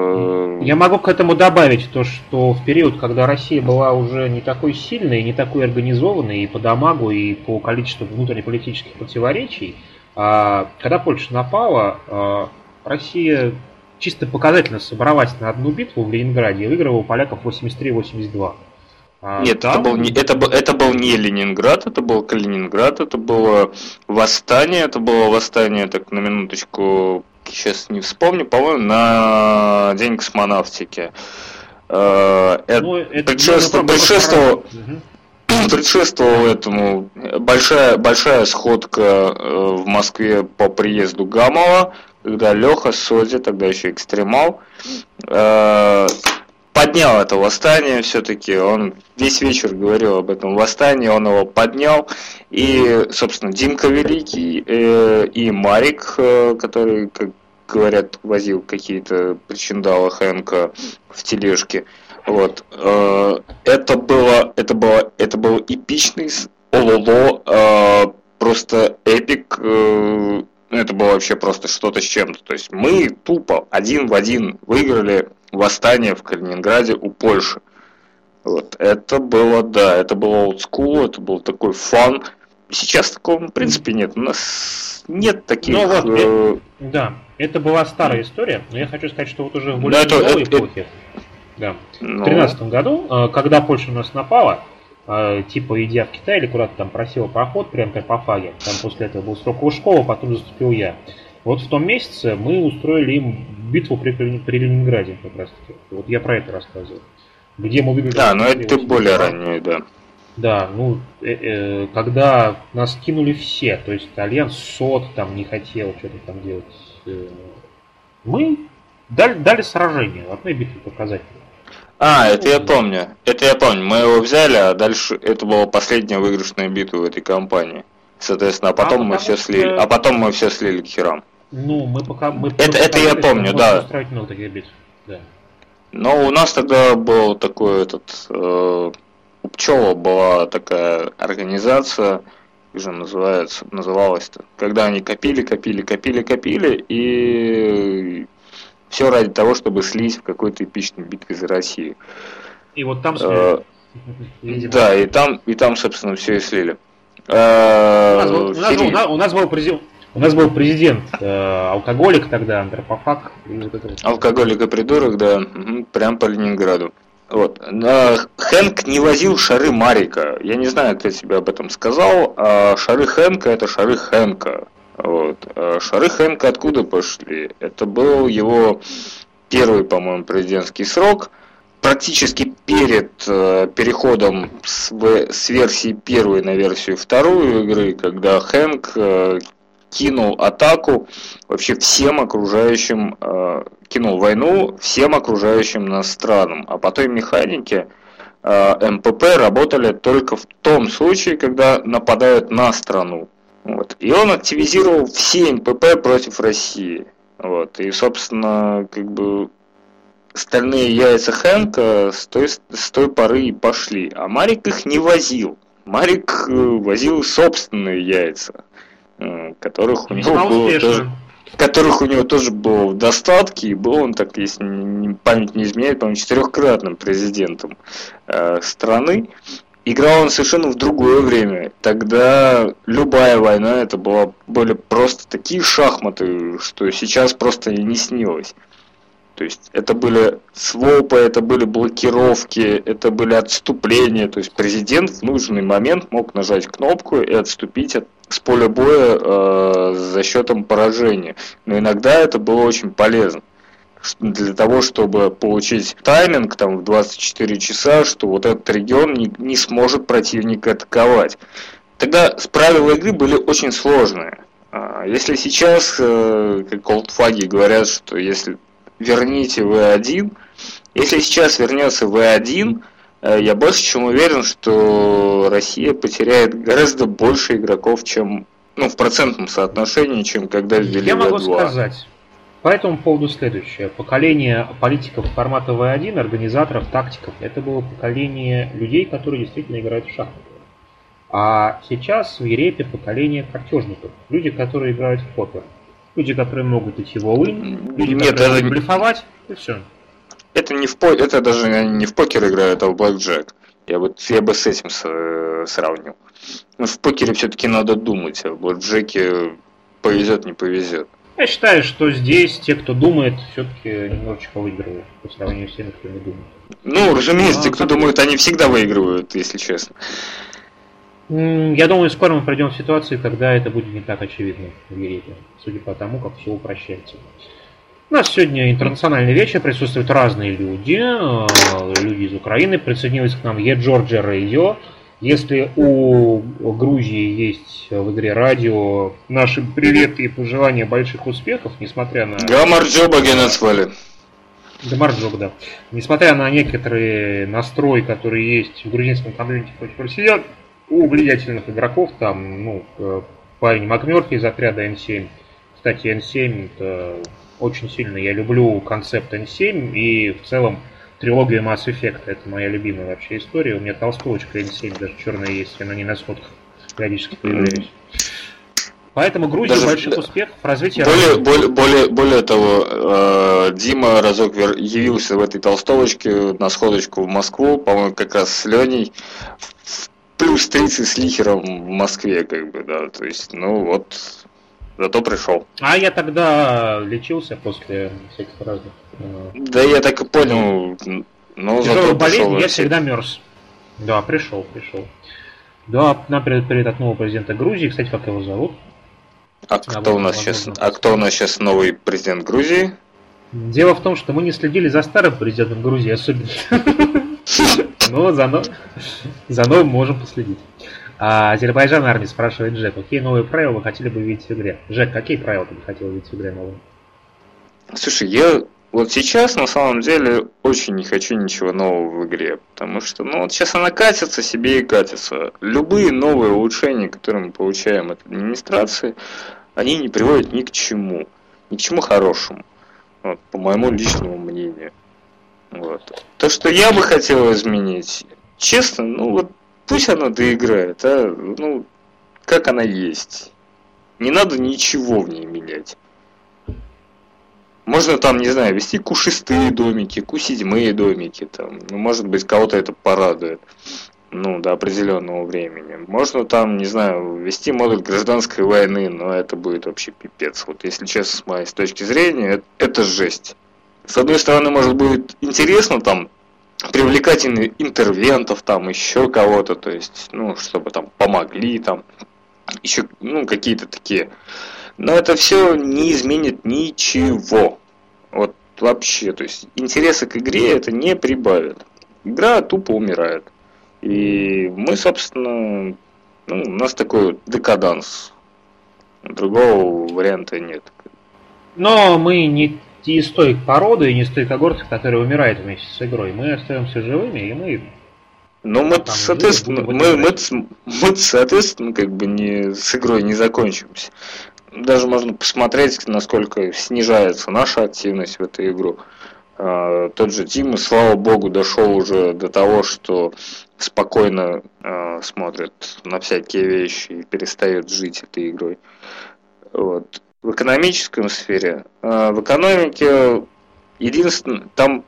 Я могу к этому добавить то, что в период, когда Россия была уже не такой сильной, не такой организованной и по дамагу, и по количеству внутриполитических противоречий, когда Польша напала, Россия чисто показательно собралась на одну битву в Ленинграде и выиграла у поляков восемьдесят три восемьдесят два. А Нет, там... это, был не, это, это был не Ленинград, это был Калининград, это было восстание, это было восстание, так на минуточку, сейчас не вспомню, по-моему, на День космонавтики. Это, ну, это предшествовало, предшествовало, угу. предшествовало этому большая, большая сходка в Москве по приезду Гамова, когда Леха Соди, тогда еще экстремал, э, поднял это восстание все-таки. Он весь вечер говорил об этом восстании, он его поднял. И, собственно, Димка Великий э, и Марик, э, который, как говорят, возил какие-то причиндалы Хэнка в тележке. Вот. Э, это было, это было, это был эпичный ололо, э, просто эпик. Э, Это было вообще просто что-то с чем-то. То есть мы тупо один в один выиграли восстание в Калининграде у Польши. Вот. Это было, да, это было олдскул, это был такой фан. Сейчас такого, в принципе, нет. У нас нет таких... Ну, вот, э... Да, это была старая история, но я хочу сказать, что вот уже в более да, новой это, эпохе, это... да, ну... в тринадцатом году, когда Польша у нас напала, типа идя в Китай или куда-то там просила проход прям как по фаге. Там после этого был срок Лужкова, потом заступил я. Вот в том месяце мы устроили им битву при, при Ленинграде как раз таки. Вот я про это рассказывал. Где мы выиграли... Да, но это более раннее, да. Да, ну, э -э, когда нас кинули все, то есть Альянс СОТ там не хотел что-то там делать. Э мы дали, дали сражение, в одной битве показательной. А, это я помню. Это я помню. Мы его взяли, а дальше это была последняя выигрышная битва в этой кампании. Соответственно, а потом а мы все слили. А потом мы все слили к херам. Ну, мы пока мы Это, это я помню, да. Много таких битв. Да. Но у нас тогда был такой этот э, у Пчела была такая организация, как же называется, называлась-то, когда они копили, копили, копили, копили и все ради того, чтобы слить в какой-то эпичной битве за Россию. И вот там слили. Э, да, и там, и там, собственно, все и слили. Э, у, нас был, у, нас был, у, нас, у нас был президент, у нас был президент э, алкоголик тогда, антропофаг. Алкоголик и придурок, да, угу, прям по Ленинграду. Вот. Хэнк не возил шары Марика. Я не знаю, кто тебе об этом сказал. А шары Хэнка — это шары Хэнка. Вот. А шары Хэнка откуда пошли? Это был его первый, по-моему, президентский срок. Практически перед э, переходом с, с версии первой на версию вторую игры, когда Хэнк э, кинул атаку вообще всем окружающим, э, кинул войну всем окружающим нас странам. А по той механике э, эм пэ пэ работали только в том случае, когда нападают на страну. Вот. И он активизировал все эм пэ пэ против России. Вот. И, собственно, как бы стальные яйца Хэнка с той, с той поры и пошли. А Марик их не возил. Марик возил собственные яйца, которых у него было тоже, которых у него тоже было в достатке, и был он, так если память не изменяет, по-моему, четырехкратным президентом э, страны. Играл он совершенно в другое время. Тогда любая война это была, были просто такие шахматы, что сейчас просто и не снилось. То есть это были свопы, это были блокировки, это были отступления. То есть президент в нужный момент мог нажать кнопку и отступить от, с поля боя э, за счетом поражения. Но иногда это было очень полезно. Для того, чтобы получить тайминг там, в двадцать четыре часа, что вот этот регион не, не сможет противника атаковать. Тогда правила игры были очень сложные. Если сейчас, как олдфаги говорят, что если верните вэ один, если сейчас вернется вэ один, я больше чем уверен, что Россия потеряет гораздо больше игроков, чем, ну, в процентном соотношении, чем когда ввели вэ два. Я могу сказать по этому поводу следующее. Поколение политиков формата вэ один, организаторов, тактиков, это было поколение людей, которые действительно играют в шахматы. А сейчас в Ерепе поколение картежников. Люди, которые играют в покер. Люди, которые могут идти в all-in, люди, Нет, которые это... могут блефовать, и все. Это не в по... это даже не в покер играют, а в блэкджек. Я вот я бы с этим с... сравнил. Ну, в покере все-таки надо думать, а в блэкджеке повезет, не повезет. Я считаю, что здесь те, кто думает, все-таки немножечко выигрывают по сравнению с теми, кто не думает. Ну, разумеется, а, те, кто думает, они всегда выигрывают, если честно. Я думаю, скоро мы пройдем в ситуации, когда это будет не так очевидно в Ерепе, судя по тому, как все упрощается. У нас сегодня интернациональный вечер, присутствуют разные люди, люди из Украины, присоединились к нам Е-Джорджия Радио. Если у Грузии есть в игре радио, наши приветы и пожелания больших успехов, несмотря на... Гамарджоба геноцвали. Гамарджоб, да. Несмотря на некоторые настрой, которые есть в грузинском комьюнити против россиян, у влиятельных игроков, там, ну, парень МакМёрфи из отряда эн семь. Кстати, эн семь, это очень сильно, я люблю концепт эн семь, и в целом трилогия Mass Effect, это моя любимая вообще история. У меня толстовочка эн семь, даже черная есть, она не на сходках периодически появляюсь. Поэтому Грузия даже больших успехов в развитии... Более, более, более, более того, э, Дима разок явился в этой толстовочке на сходочку в Москву, по-моему, как раз с Леней, плюс тридцать с лихером в Москве, как бы, да, то есть, ну вот, зато пришел. А я тогда лечился после всяких разных... Да я так и понял, но зато пришел. Я всегда мерз. Да, пришел, пришел. Да, нам перед от нового президента Грузии, кстати, как его зовут? А кто, а у нас сейчас, а кто у нас сейчас новый президент Грузии? Дело в том, что мы не следили за старым президентом Грузии особенно. Но за, нов... за новым можем последить. А Азербайджан армии спрашивает Джек, какие новые правила вы хотели бы видеть в игре? Джек, какие правила ты бы хотел видеть в игре новые? Слушай, я вот сейчас на самом деле очень не хочу ничего нового в игре, потому что, ну вот сейчас она катится себе и катится. Любые новые улучшения, которые мы получаем от администрации, они не приводят ни к чему, ни к чему хорошему, вот, по моему личному мнению. Вот. То, что я бы хотел изменить, честно, ну вот пусть она доиграет, а, ну, как она есть. Не надо ничего в ней менять. Можно там, не знаю, вести ку шестые домики, ку седьмые домики, там, ну, может быть, кого-то это порадует, ну, до определенного времени. Можно там, не знаю, вести модуль гражданской войны, но это будет вообще пипец. Вот, если честно, с моей точки зрения, это, это жесть. С одной стороны, может быть интересно там привлекать интервентов, там еще кого-то, то есть, ну, чтобы там помогли, там, еще, ну, какие-то такие. Но это все не изменит ничего. Вот вообще, то есть, интереса к игре это не прибавит. Игра тупо умирает. И мы, собственно, ну, у нас такой декаданс. Другого варианта нет. Но мы не из той породы и не из той когорты, которая умирает вместе с игрой. Мы остаемся живыми, и мы... Но мы, соответственно, мы, мы, мы, соответственно, как бы не с игрой не закончимся. Даже можно посмотреть, насколько снижается наша активность в эту игру. А, тот же Дима, слава богу, дошел уже до того, что спокойно а, смотрит на всякие вещи и перестает жить этой игрой. Вот. В экономической сфере, а, в экономике единственное, там,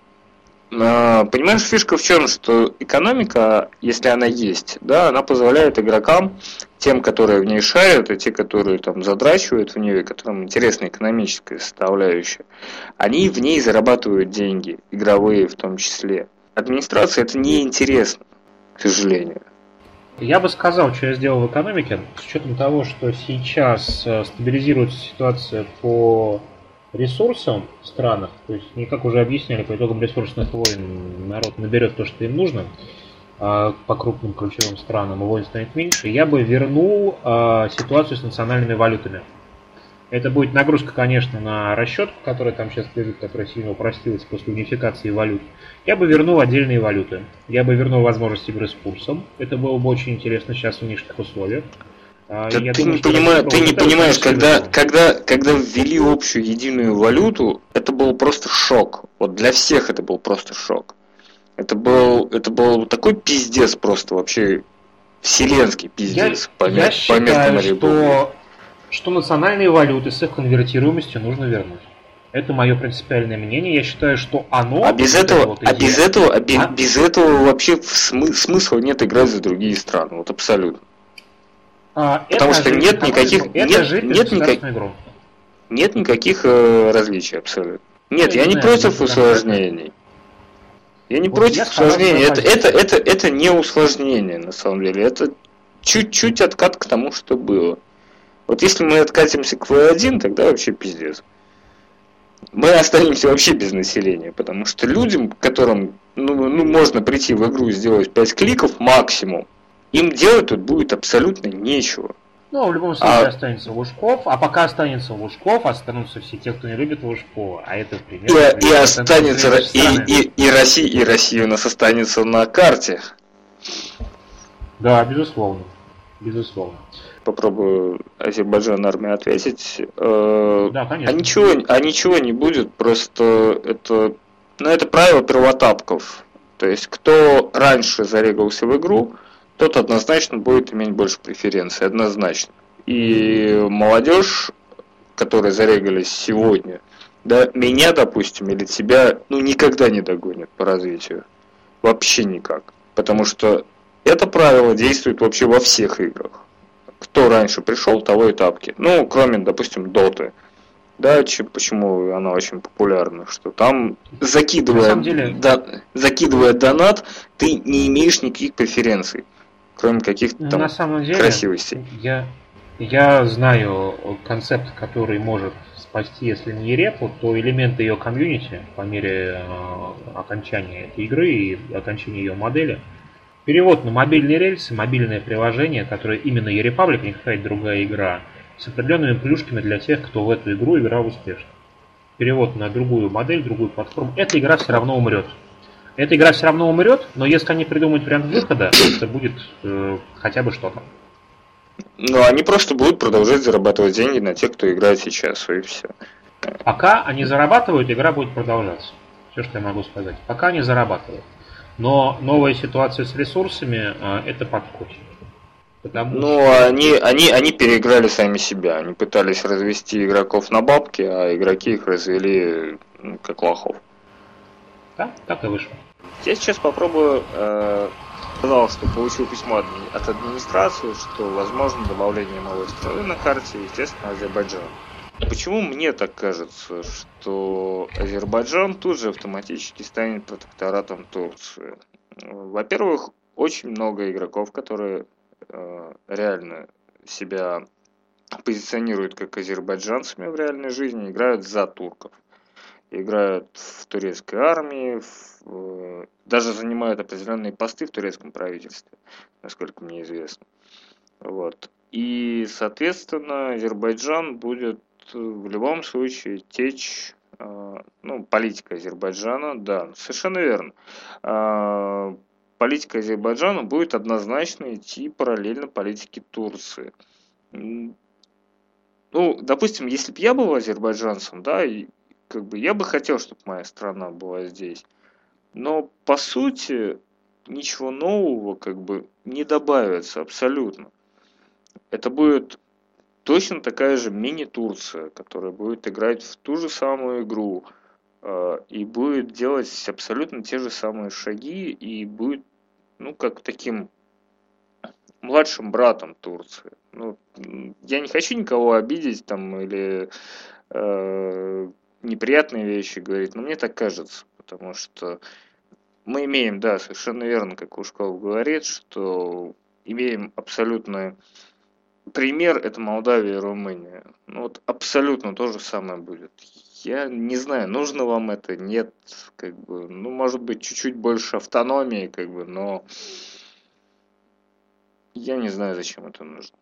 а, понимаешь, фишка в чем, что экономика, если она есть, да, она позволяет игрокам, тем, которые в ней шарят, и те, которые там задрачивают в нее, которым интересна экономическая составляющая, они в ней зарабатывают деньги, игровые в том числе. Администрация это неинтересно, к сожалению. Я бы сказал, что я сделал в экономике, с учетом того, что сейчас стабилизируется ситуация по ресурсам в странах, то есть, не как уже объясняли, по итогам ресурсных войн народ наберет то, что им нужно, по крупным ключевым странам, и войн станет меньше, я бы вернул э, ситуацию с национальными валютами. Это будет нагрузка, конечно, на расчетку, которая там сейчас лежит, которая сильно упростилась после унификации валют. Я бы вернул отдельные валюты. Я бы вернул возможность игры с курсом. Это было бы очень интересно сейчас в нынешних условиях. Да ты, думаю, не понимаешь, ты не понимаешь, когда, когда, когда ввели общую единую валюту, это был просто шок. Вот для всех это был просто шок. Это был, это был такой пиздец просто вообще, вселенский пиздец. Я, по я мер, считаю, по что, что национальные валюты с их конвертируемостью нужно вернуть. Это мое принципиальное мнение. Я считаю, что оно... А без этого, вот а без этого, а без, а? без этого вообще смы, смысла нет играть за другие страны. Вот абсолютно. А, Потому что нет никаких... Это нет, нет, никак, игру. нет никаких э, различий абсолютно. Нет, я, я не знаю, против усложнений. Я не вот против усложнения. Это, это, это, это не усложнение, на самом деле. Это чуть-чуть откат к тому, что было. Вот если мы откатимся к вэ один, тогда вообще пиздец. Мы останемся вообще без населения, потому что людям, которым ну, ну, можно прийти в игру и сделать пять кликов максимум, им делать тут будет абсолютно нечего. Ну, в любом случае а... останется Лужков, а пока останется Лужков, останутся все те, кто не любит Лужкова, а это примерно... И, и останется, и, и, и, Россия, и Россия у нас останется на карте. Да, безусловно, безусловно. Попробую Азербайджан армии ответить. Да, конечно. А ничего, а ничего не будет, просто это, ну, это правило первотапков. То есть, кто раньше зарегался в игру, тот однозначно будет иметь больше преференций, однозначно. И молодежь, которые зарегались сегодня, да, меня, допустим, или тебя, ну, никогда не догонят по развитию. Вообще никак. Потому что это правило действует вообще во всех играх. Кто раньше пришел, того и тапки. Ну, кроме, допустим, Доты. Да, почему она очень популярна, что там, закидывая, деле... до, закидывая донат, ты не имеешь никаких преференций. Кроме каких-то там на самом деле, красивостей. Я, я знаю концепт, который может спасти, если не репу, то элементы ее комьюнити по мере э, окончания этой игры и окончания ее модели. Перевод на мобильные рельсы, мобильное приложение, которое именно eRepublic, не какая-то другая игра, с определенными плюшками для тех, кто в эту игру играл успешно. Перевод на другую модель, другую платформу. Эта игра все равно умрет. Эта игра все равно умрет, но если они придумают вариант выхода, это будет э, хотя бы что-то. Ну, они просто будут продолжать зарабатывать деньги на тех, кто играет сейчас, и все. Пока они зарабатывают, игра будет продолжаться. Все, что я могу сказать. Пока они зарабатывают. Но новая ситуация с ресурсами э, это подскочит. Потому ну, что... они, они, они переиграли сами себя. Они пытались развести игроков на бабки, а игроки их развели ну, как лохов. Да, так и вышло. Я сейчас попробую, э, сказал, что получил письмо от администрации, что возможно добавление новой страны на карте, естественно, Азербайджан. почему мне так кажется, что Азербайджан тут же автоматически станет протекторатом Турции? Во-первых, очень много игроков, которые э, реально себя позиционируют как азербайджанцами в реальной жизни, играют за турков. Играют в турецкой армии, в, э, даже занимают определенные посты в турецком правительстве, насколько мне известно. Вот. И, соответственно, Азербайджан будет в любом случае течь, э, ну, политика Азербайджана, да, совершенно верно. Э, политика Азербайджана будет однозначно идти параллельно политике Турции. Ну, допустим, если бы я был азербайджанцем, да, и как бы я бы хотел, чтобы моя страна была здесь. Но по сути ничего нового как бы не добавится абсолютно. Это будет точно такая же мини-Турция, которая будет играть в ту же самую игру э, и будет делать абсолютно те же самые шаги и будет, ну, как таким младшим братом Турции. Ну, я не хочу никого обидеть там или э, неприятные вещи говорить, но мне так кажется, потому что мы имеем, да, совершенно верно, как Ушков говорит, что имеем абсолютно пример, это Молдавия и Румыния. Ну вот абсолютно то же самое будет. Я не знаю, нужно вам это, нет, как бы, ну, может быть, чуть-чуть больше автономии, как бы, но я не знаю, зачем это нужно.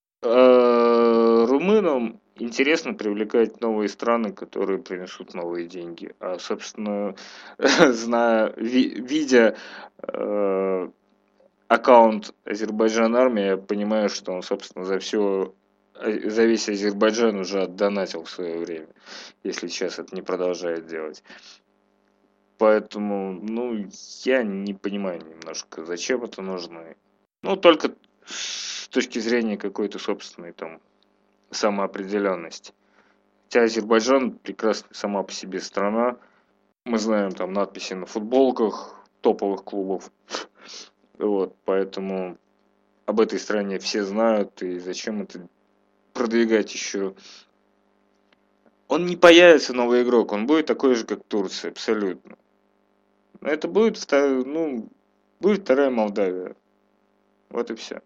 А румынам интересно привлекать новые страны, которые принесут новые деньги. А, собственно, зная, ви, видя э, аккаунт Азербайджан армии, я понимаю, что он, собственно, за все, за весь Азербайджан уже отдонатил в свое время, если сейчас это не продолжает делать. Поэтому, ну, я не понимаю немножко, зачем это нужно. Ну, только с точки зрения какой-то собственной там самоопределенности. Хотя Азербайджан прекрасная сама по себе страна. Мы знаем там надписи на футболках топовых клубов. Вот, поэтому об этой стране все знают, и зачем это продвигать еще. Он не появится новый игрок, он будет такой же, как Турция, абсолютно. Это будет, ну, будет вторая Молдавия. Вот и все.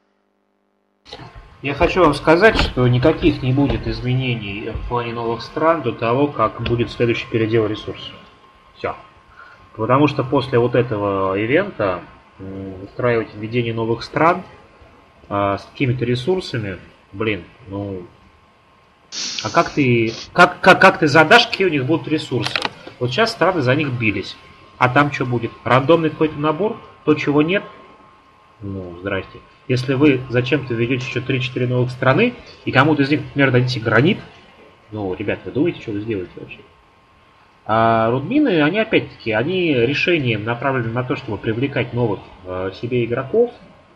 Я хочу вам сказать, что никаких не будет изменений в плане новых стран до того, как будет следующий передел ресурсов. Все. Потому что после вот этого ивента устраивать введение новых стран а, с какими-то ресурсами, блин, ну... А как ты, как, как, как ты задашь, какие у них будут ресурсы? Вот сейчас страны за них бились. А там что будет? Рандомный какой-то набор? То, чего нет? Ну, здрасте. Если вы зачем-то введете еще три-четыре новых страны, и кому-то из них, например, дадите гранит, ну, ребят, вы думаете, что вы сделаете вообще? А рудмины, они опять-таки, они решением направлены на то, чтобы привлекать новых э, себе игроков,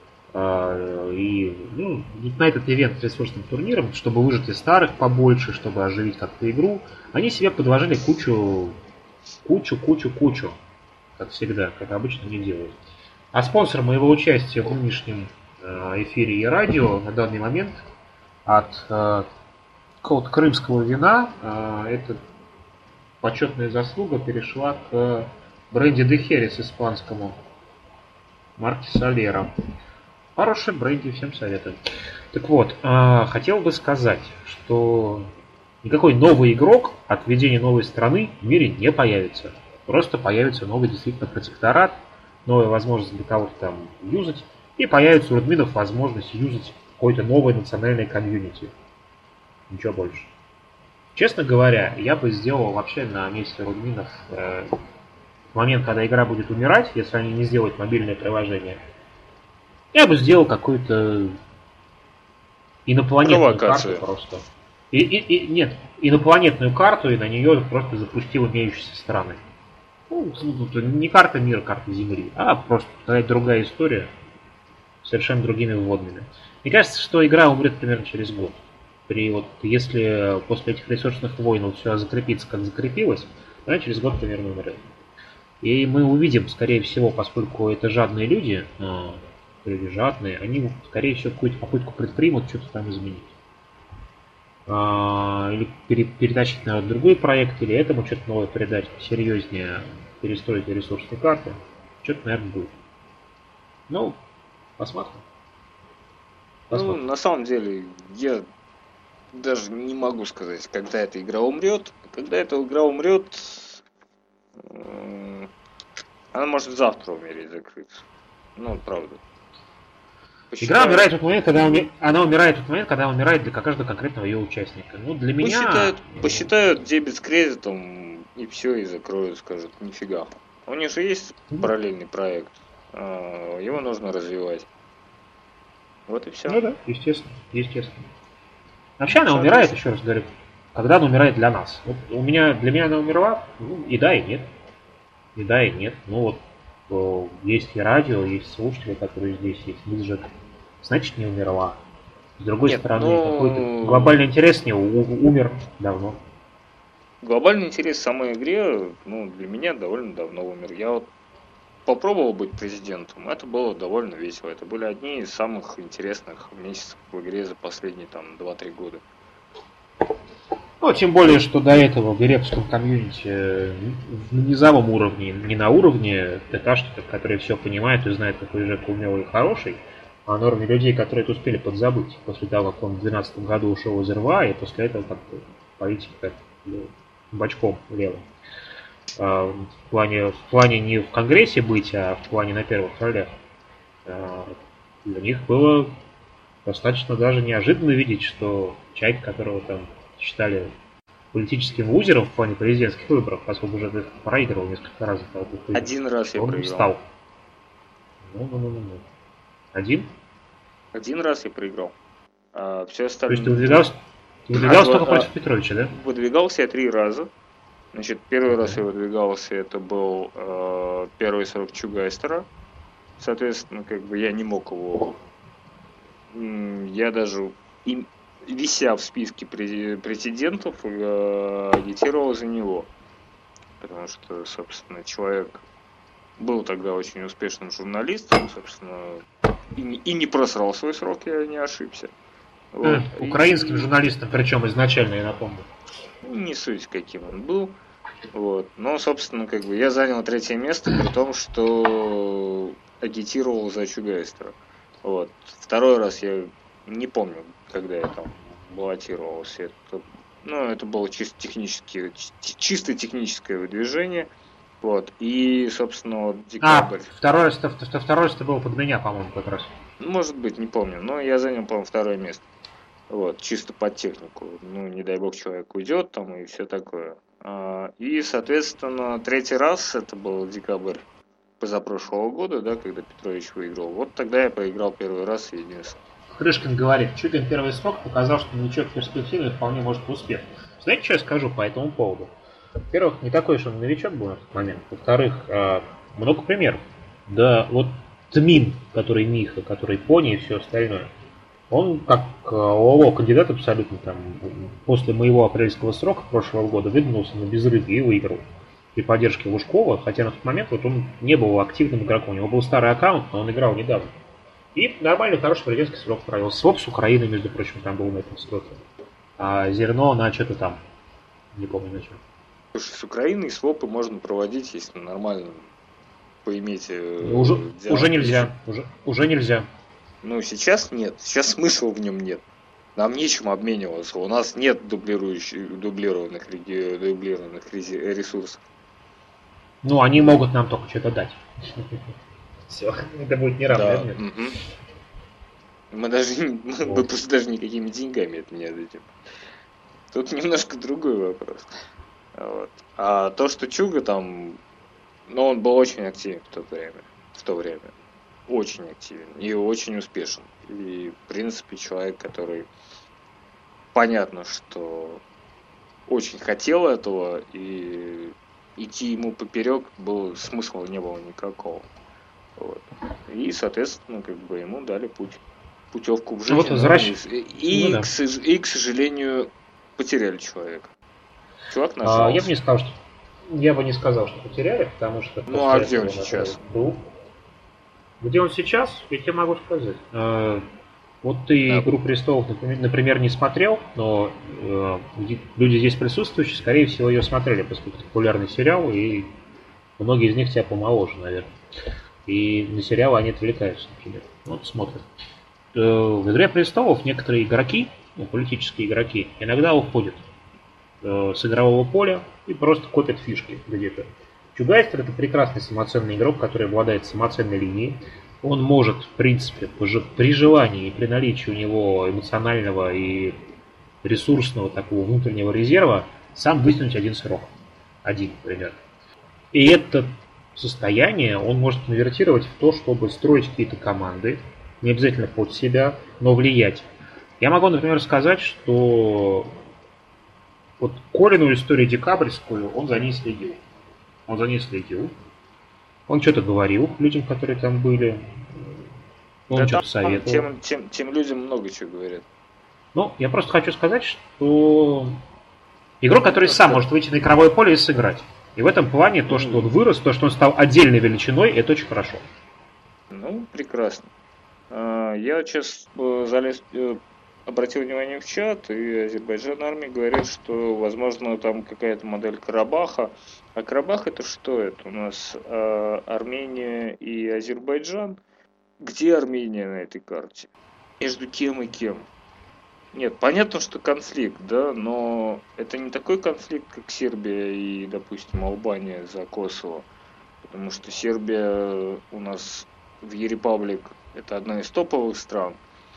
э, и ну, на этот ивент с ресурсным турниром, чтобы выжать из старых побольше, чтобы оживить как-то игру, они себе подложили кучу, кучу, кучу, кучу, как всегда, как обычно они делают. А спонсор моего участия в нынешнем эфире и радио на данный момент от э, какого-то крымского вина, э, эта почетная заслуга перешла к бренди де Херес испанскому, марки Солера. Хороший бренди, всем советую. Так вот, э, хотел бы сказать, что никакой новый игрок от введения новой страны в мире не появится. Просто появится новый действительно протекторат, новая возможность для кого-то там юзать, и появится у рудминов возможность юзать какой-то новой национальной комьюнити. Ничего больше. Честно говоря, я бы сделал вообще на месте рудминов э, в момент, когда игра будет умирать, если они не сделают мобильное приложение, я бы сделал какую-то инопланетную провокацию. Карту просто. И, и, и, нет, инопланетную карту, и на нее просто запустил имеющиеся страны. Ну, не карта мира, карта Земли, а просто какая-то другая история, совершенно другими вводными. Мне кажется, что игра умрет примерно через год. При, вот, если после этих ресурсных войн вот все закрепится, как закрепилось, она через год примерно умрет. И мы увидим, скорее всего, поскольку это жадные люди, люди жадные, они, скорее всего, какую-то попытку предпримут что-то там изменить. А, или пере, перетащить на другой проект, или этому что-то новое передать, серьезнее перестроить ресурсные карты. Что-то, наверное, будет. Ну, посмотрим. Ну, посмотрим. на самом деле, я даже не могу сказать, когда эта игра умрет. Когда эта игра умрет, она может завтра умереть, закрыться. Ну, правда. Игра Посчитают, умирает в тот момент, когда уми... она умирает в тот момент, когда умирает для каждого конкретного ее участника. Ну, для меня... посчитают, посчитают дебет с кредитом и все, и закроют, скажут, нифига. У них же есть параллельный проект, его нужно развивать. Вот и все. Ну да, естественно, естественно. Вообще она умирает, еще раз говорю, когда она умирает для нас. Вот у меня, для меня она умерла, ну, и да, и нет. И да, и нет. Ну вот, есть и радио, есть слушатели, которые здесь есть, бюджет. Значит, не умерла. С другой нет, стороны, но... какой-то глобальный интерес не умер давно. Глобальный интерес в самой игре, ну, для меня довольно давно умер. Я вот попробовал быть президентом, это было довольно весело. Это были одни из самых интересных месяцев в игре за последние там два-три года. Ну, тем более, что до этого в директорском комьюнити на низовом уровне, не на уровне ТКшников, которые все понимают и знают, какой Жека умелый и хороший, а на уровне людей, которые это успели подзабыть после того, как он в две тысячи двенадцатом году ушел из РВА, и после этого как-то политика как бочком левым. В плане, в плане не в Конгрессе быть, а в плане на первых ролях. Для них было достаточно даже неожиданно видеть, что человек, которого там считали политическим лузером в плане президентских выборов, поскольку уже проигрывал несколько раз. Один раз я проиграл. Встал. Ну, ну, ну, ну. Один? Один раз я проиграл. А все остальное... То есть ты выдвигался, ты выдвигался а, только а, против Петровича, да? Выдвигался я три раза. Значит, первый okay. раз я выдвигался, это был э, первый срок Чугайстера. Соответственно, как бы я не мог его... Я даже, им, вися в списке претендентов, э, агитировал за него. Потому что, собственно, человек был тогда очень успешным журналистом, собственно, и не, и не просрал свой срок, я не ошибся. Вот. Mm, и, украинским и, журналистом, причем изначально, я напомню. Не суть, каким он был. Вот. Но, собственно, как бы я занял третье место, при том, что агитировал за Чугайстера. Вот. Второй раз я не помню, когда я там баллотировался. Это, ну, это было чисто техническое, чисто техническое выдвижение. Вот. И, собственно, вот декабрь. А, второй раз, второй раз это было под меня, по-моему, как раз. Может быть, не помню. Но я занял, по-моему, второе место. Вот, чисто под технику. Ну, не дай бог, человек уйдет там и все такое. И, соответственно, третий раз, это был декабрь позапрошлого года, да, когда Петрович выиграл. Вот тогда я проиграл первый раз и единственный. Крышкин говорит, Чугин первый срок показал, что новичок перспективный вполне может успеть. Знаете, что я скажу по этому поводу? Во-первых, не такой уж он новичок был на тот момент. Во-вторых, много примеров. Да, вот Тмин, который Миха, который Пони и все остальное. Он, как ООО кандидат абсолютно там, после моего апрельского срока прошлого года выдвинулся на безрыбье и выиграл. При поддержке Лужкова, хотя на тот момент вот он не был активным игроком. У него был старый аккаунт, но он играл недавно. И нормальный, хороший президентский срок провел. Своп с Украиной, между прочим, там был на этом сроке. А зерно на что-то там. Не помню на чем. Слушай, с Украиной свопы можно проводить, если нормально поиметь... Уже, уже нельзя. Уже, уже нельзя. Ну, сейчас нет. Сейчас смысла в нем нет. Нам нечем обмениваться. У нас нет дублирующих, дублированных, дублированных ресурсов. Ну, они могут нам только что-то дать. Все, это будет неравный да. обмен. Угу. Мы даже, мы вот. просто даже никакими деньгами это не отдадим. Тут немножко другой вопрос. Вот. А то, что Чуга там, ну, он был очень активен в то время. В то время. Очень активен и очень успешен. И, в принципе, человек, который понятно, что очень хотел этого, и идти ему поперек был, смысла не было никакого. Вот. И, соответственно, как бы ему дали путь, путевку в жизнь. Вот, возвращ... И, и, ну, да. к, и, к сожалению, потеряли человека. Чувак нашелся. А, я бы не сказал, что я бы не сказал, что потеряли, потому что... Ну, а где он сейчас? Был. Где он сейчас, я тебе могу сказать. Вот ты Да. «Игру престолов», например, например, не смотрел, но э, люди здесь присутствующие, скорее всего, ее смотрели, поскольку это популярный сериал, и многие из них тебя помоложе, наверное. И на сериалы они отвлекаются, например. Вот смотрят. Э, в «Игре престолов» некоторые игроки, ну, политические игроки, иногда уходят э, с игрового поля и просто копят фишки где-то. Чугайстер — это прекрасный самоценный игрок, который обладает самоценной линией. Он может, в принципе, при желании и при наличии у него эмоционального и ресурсного такого внутреннего резерва сам вытянуть один срок. Один, примерно. И это состояние он может конвертировать в то, чтобы строить какие-то команды, не обязательно под себя, но влиять. Я могу, например, сказать, что вот Колину историю декабрьскую, он за ней следил. Он за ней следил. Он что-то говорил людям, которые там были. Он Да что-то там советовал. тем, тем, тем людям много чего говорят. Ну, я просто хочу сказать, что игрок, который сам может выйти на игровое поле и сыграть. И в этом плане то, что он вырос, то, что он стал отдельной величиной, это очень хорошо. Ну, прекрасно. Я сейчас залез, обратил внимание в чат, и Азербайджан армии говорит, что, возможно, там какая-то модель Карабаха. А Карабах это что это? У нас Армения и Азербайджан. Где Армения на этой карте? Между кем и кем? Нет, понятно, что конфликт, да, но это не такой конфликт, как Сербия и, допустим, Албания за Косово. Потому что Сербия у нас в E-Republic это одна из топовых стран,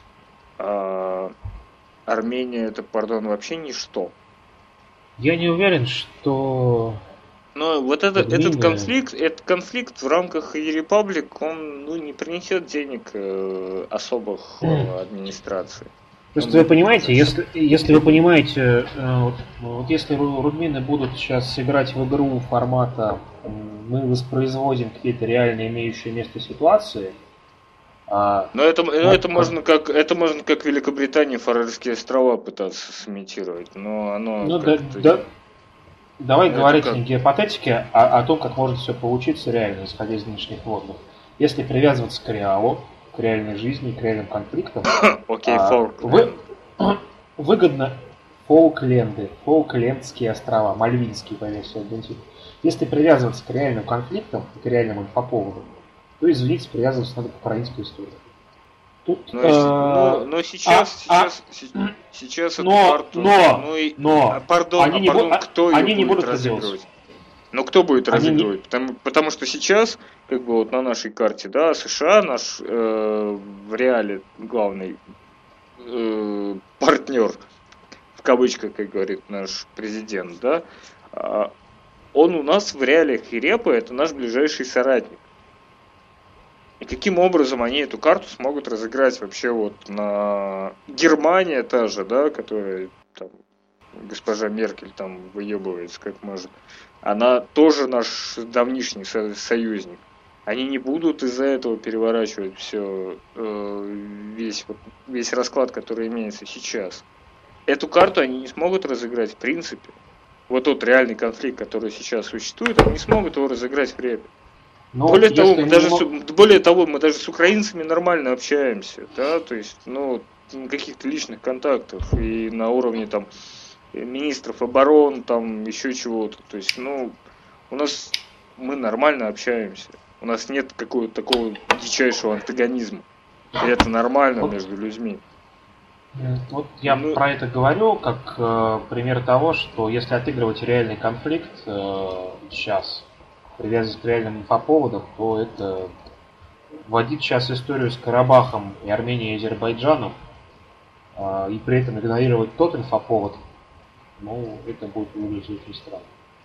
а Армения это, пардон, вообще ничто. Я не уверен, что... Но вот это, этот конфликт, этот конфликт в рамках E-Republic, он ну, не принесет денег э, особых э, администрации. Просто вы понимаете, если, если вы понимаете, вот, вот если рудмины будут сейчас играть в игру формата мы воспроизводим какие-то реально имеющие место ситуации. А, но это, вот, это, можно как, это можно как Великобритания Фарерские острова пытаться сымитировать, но оно ну, да, да, давай это говорить как... не гипотетики, а о том, как может все получиться реально, исходя из нынешних водных. Если привязываться к реалу, к реальной жизни, к реальным конфликтам, okay, а, вы, выгодно Фолкленды, Фолклендские острова, Мальвинские, по версии Адвентит. Если привязываться к реальным конфликтам, к реальным инфоповодам, то, извините, привязываться надо к украинской истории. Тут, но, э, но, но сейчас, а, сейчас, а, сейчас но, эту карту, но, ну и, но, а, пардон, они а, не пардон, будут, кто они ее не будет будут разыгрывать? Ну кто будет они разыгрывать? Не... Потому, потому что сейчас, как бы вот на нашей карте, да, США наш э, в реале главный э, партнер, в кавычках, как говорит наш президент, да, э, он у нас в реалиях Ирепа это наш ближайший соратник. И каким образом они эту карту смогут разыграть вообще вот на Германия та же, да, которая там госпожа Меркель там выебывается как может. Она тоже наш давнишний со- союзник. Они не будут из-за этого переворачивать все, э, весь, вот, весь расклад, который имеется сейчас. Эту карту они не смогут разыграть в принципе. Вот тот реальный конфликт, который сейчас существует, они не смогут его разыграть в репе. Но более того, мы даже мог... с, более того, мы даже с украинцами нормально общаемся, да, то есть, ну, каких-то личных контактов и на уровне там министров обороны, там еще чего-то, то есть, ну, у нас мы нормально общаемся, у нас нет какого-то такого дичайшего антагонизма, и это нормально вот, между людьми. Вот я ну, про это говорю как э, пример того, что если отыгрывать реальный конфликт э, сейчас, привязывать к реальным инфоповодам, то это вводить сейчас историю с Карабахом и Арменией и Азербайджаном, э, и при этом игнорировать тот инфоповод, ну, это будет выглядеть очень странно.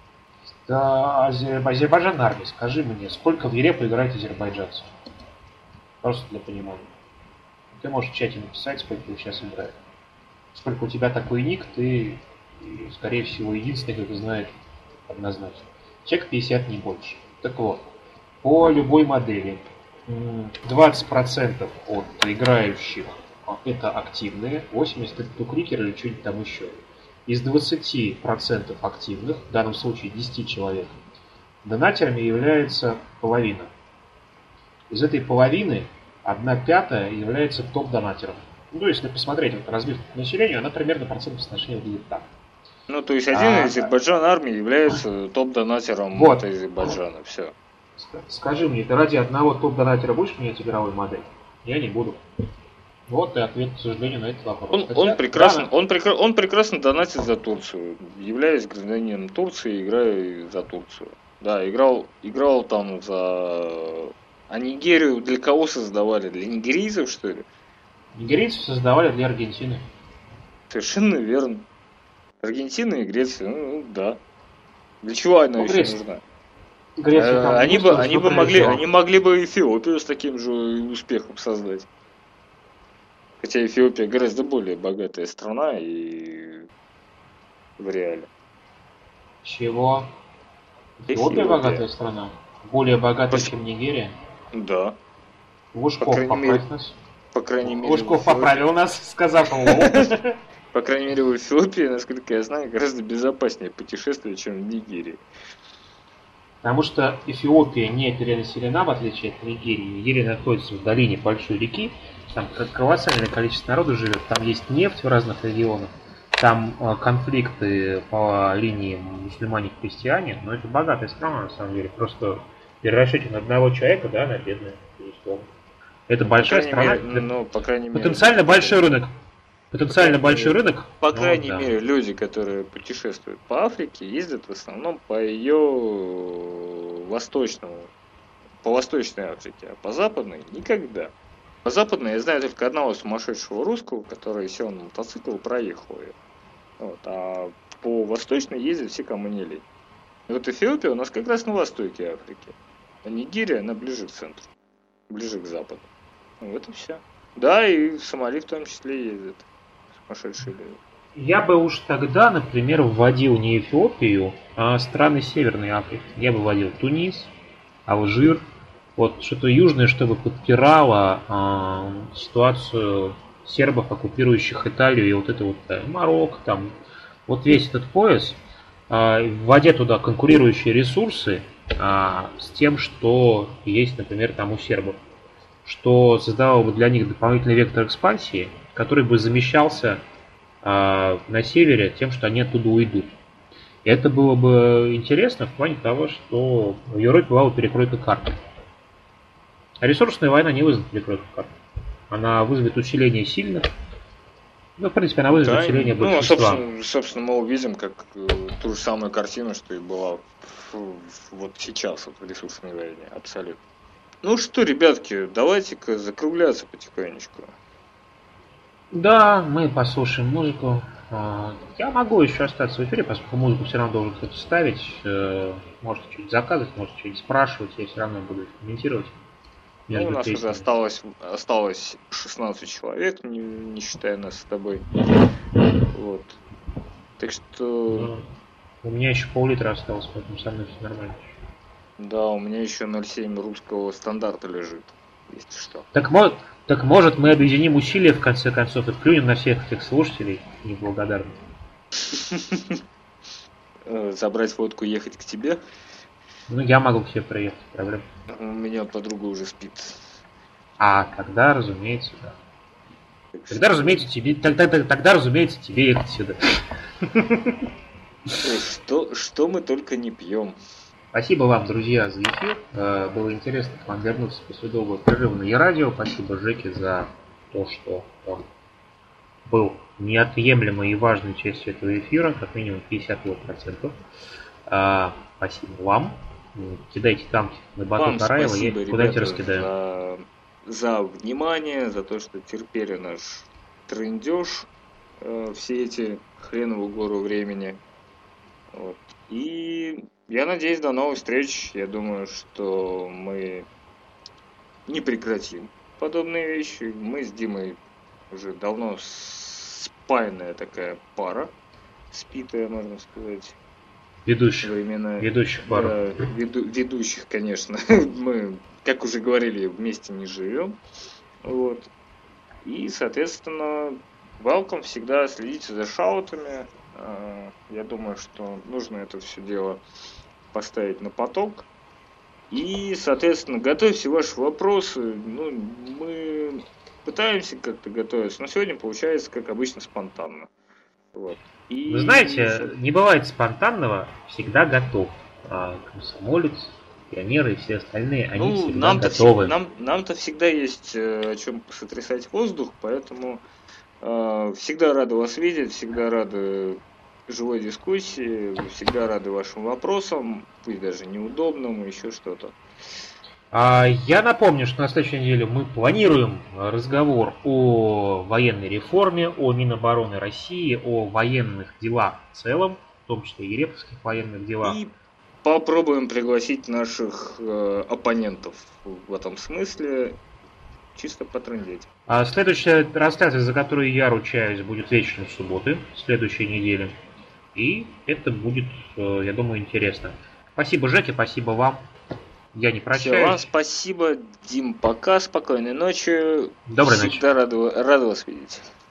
Да, Азер... Азербайджан армия, скажи мне, сколько в Ерепу играет азербайджанцев? Просто для понимания. Ты можешь в чате написать, сколько их сейчас играет. Сколько у тебя такой ник, ты, скорее всего, единственный, кто знает однозначно. Человек пятьдесят, не больше. Так вот, по любой модели двадцать процентов от играющих это активные, восемьдесят процентов это тукрикер или что-нибудь там еще. Из двадцати процентов активных, в данном случае десять человек, донатерами является половина. Из этой половины одна пятая является топ-донатером. Ну, если посмотреть вот, разбивку по населению, она примерно процентов соотношения выглядит так. Ну, то есть один А, Азербайджан армии является топ-донатером вот. от Азербайджана. Все. Скажи мне, ты ради одного топ-донатера будешь менять игровую модель? Я не буду. Вот и ответ, к сожалению, на этот вопрос. Он, Хотя, он, прекрасно, да, он, прекра, он прекрасно донатит за Турцию. Являясь гражданином Турции, играю за Турцию. Да, играл, играл там за... А Нигерию для кого создавали? Для нигерийцев, что ли? нигерийцев создавали для Аргентины. Совершенно верно. Аргентина и Греция, ну да. Для чего она Ну, еще Греция. нужна? Греция Э, там они бы, выставилась, они но бы могли, прежде они могли бы Эфиопию с таким же успехом создать. Хотя Эфиопия гораздо более богатая страна и в реале. Чего? Эфиопия Эфиопия. богатая страна? Более богатая, Пос- чем Нигерия? Да. Лужков По крайней мере, поправь нас. по крайней мере, в Лужков Эфиопии- поправил нас, сказав лол. По крайней мере, в Эфиопии, насколько я знаю, гораздо безопаснее путешествие, чем в Нигерии. Потому что Эфиопия не перенаселена, в отличие от Нигерии. Нигерия находится в долине большой реки. Там колоссальное количество народу живет. Там есть нефть в разных регионах. Там э, конфликты по линии мусульмане-христиане. Но это богатая страна, на самом деле. Просто перерасчете на одного человека, да, на бедную, безусловно. Это большая по страна. мере, ну, по крайней мере, потенциально большой рынок. Потенциально По крайней большой мере, рынок. По но крайней да. мере, люди, которые путешествуют по Африке, ездят в основном по ее восточному, по восточной Африке, а по западной никогда. По западной я знаю только одного сумасшедшего русского, который сел на мотоцикл и проехал ее. Вот, а по восточной ездят все, кому не лень. И вот Эфиопия у нас как раз на востоке Африки, а Нигерия, она ближе к центру, ближе к западу. Вот и все. Да, и в Сомали в том числе ездят. Сумасшедшие люди. Я бы уж тогда, например, вводил не Эфиопию, а страны Северной Африки. Я бы вводил Тунис, Алжир. Вот что-то южное, чтобы подпирало э, ситуацию сербов, оккупирующих Италию, и вот это вот э, Марокко, там, вот весь этот пояс, э, вводя туда конкурирующие ресурсы э, с тем, что есть, например, там у сербов, что создавало бы для них дополнительный вектор экспансии, который бы замещался э, на севере тем, что они оттуда уйдут. И это было бы интересно в плане того, что в Европе была бы перекройка карты. А ресурсная война не вызовет перекройку карты. Она вызовет усиление сильных. Ну, в принципе, она вызовет Да, усиление ну, большинства. собственно, собственно, мы увидим, как э, ту же самую картину, что и была в- в- вот сейчас, вот в ресурсной войне, абсолютно. Ну что, ребятки, давайте-ка закругляться потихонечку. Да, мы послушаем музыку. А, Я могу еще остаться в эфире, поскольку музыку все равно должен кто-то ставить. Э, Можете что-нибудь заказывать, можете что-нибудь спрашивать, я все равно буду их комментировать. Ну, Между у нас уже песнями. осталось, осталось шестнадцать человек, не, не считая нас с тобой. Вот. Так что, Ну, У меня еще пол-литра осталось, поэтому со мной все нормально. да, у меня еще ноль семь русского стандарта лежит, если что. Так, мо- так может мы объединим усилия в конце концов и плюнем на всех этих слушателей неблагодарных. Э, Забрать водку и ехать к тебе. Ну, я могу к тебе приехать, проблем. У меня подруга уже спит. А тогда, разумеется, да. Так Тогда, что- разумеется, тебе, тогда, тогда, тогда, разумеется, тебе ехать сюда. Ой, Что, что мы только не пьем. Спасибо вам, друзья, за эфир. Э, Было интересно к вам вернуться после долгого перерыва на Е-радио. Спасибо Жеке за то, что он был неотъемлемой и важной частью этого эфира, как минимум пятьдесят процентов. А, Спасибо вам. Кидайте тамки на батут Вам Араева, я спасибо, их куда-нибудь ребята, раскидаю. за, за внимание, за то, что терпели наш трындеж э, все эти хреновую гору времени. Вот. И я надеюсь, до новых встреч. Я думаю, что мы не прекратим подобные вещи. Мы с Димой уже давно спаянная такая пара, спитая, можно сказать. Ведущих. Во имена Ведущих пару. да, веду- ведущих, конечно. Мы, как уже говорили, вместе не живем. Вот. И, соответственно, welcome, всегда следите за шаутами. А, Я думаю, что нужно это все дело поставить на поток. И, соответственно, готовьте ваши вопросы. Ну, мы пытаемся как-то готовиться, но сегодня получается, как обычно, спонтанно. Вот. И... Вы знаете, не бывает спонтанного, всегда готов. А комсомолец, пионеры и все остальные, они ну, всегда нам-то готовы. Всег, нам, нам-то всегда есть о чем сотрясать воздух, поэтому э, всегда рады вас видеть, всегда рады живой дискуссии, всегда рады вашим вопросам, пусть даже неудобным, еще что-то. А я напомню, что на следующей неделе мы планируем разговор о военной реформе, о Минобороны России, о военных делах в целом, в том числе и репских военных делах. И попробуем пригласить наших э, оппонентов в этом смысле, чисто потрындеть. А следующая трансляция, за которую я ручаюсь, будет вечером субботы, следующей недели. И это будет, я думаю, интересно. Спасибо, Жеке, спасибо вам. Я не прощаюсь. Все, вам спасибо, Дим, пока, спокойной ночи. Доброй ночи. Всегда рад, рад вас видеть.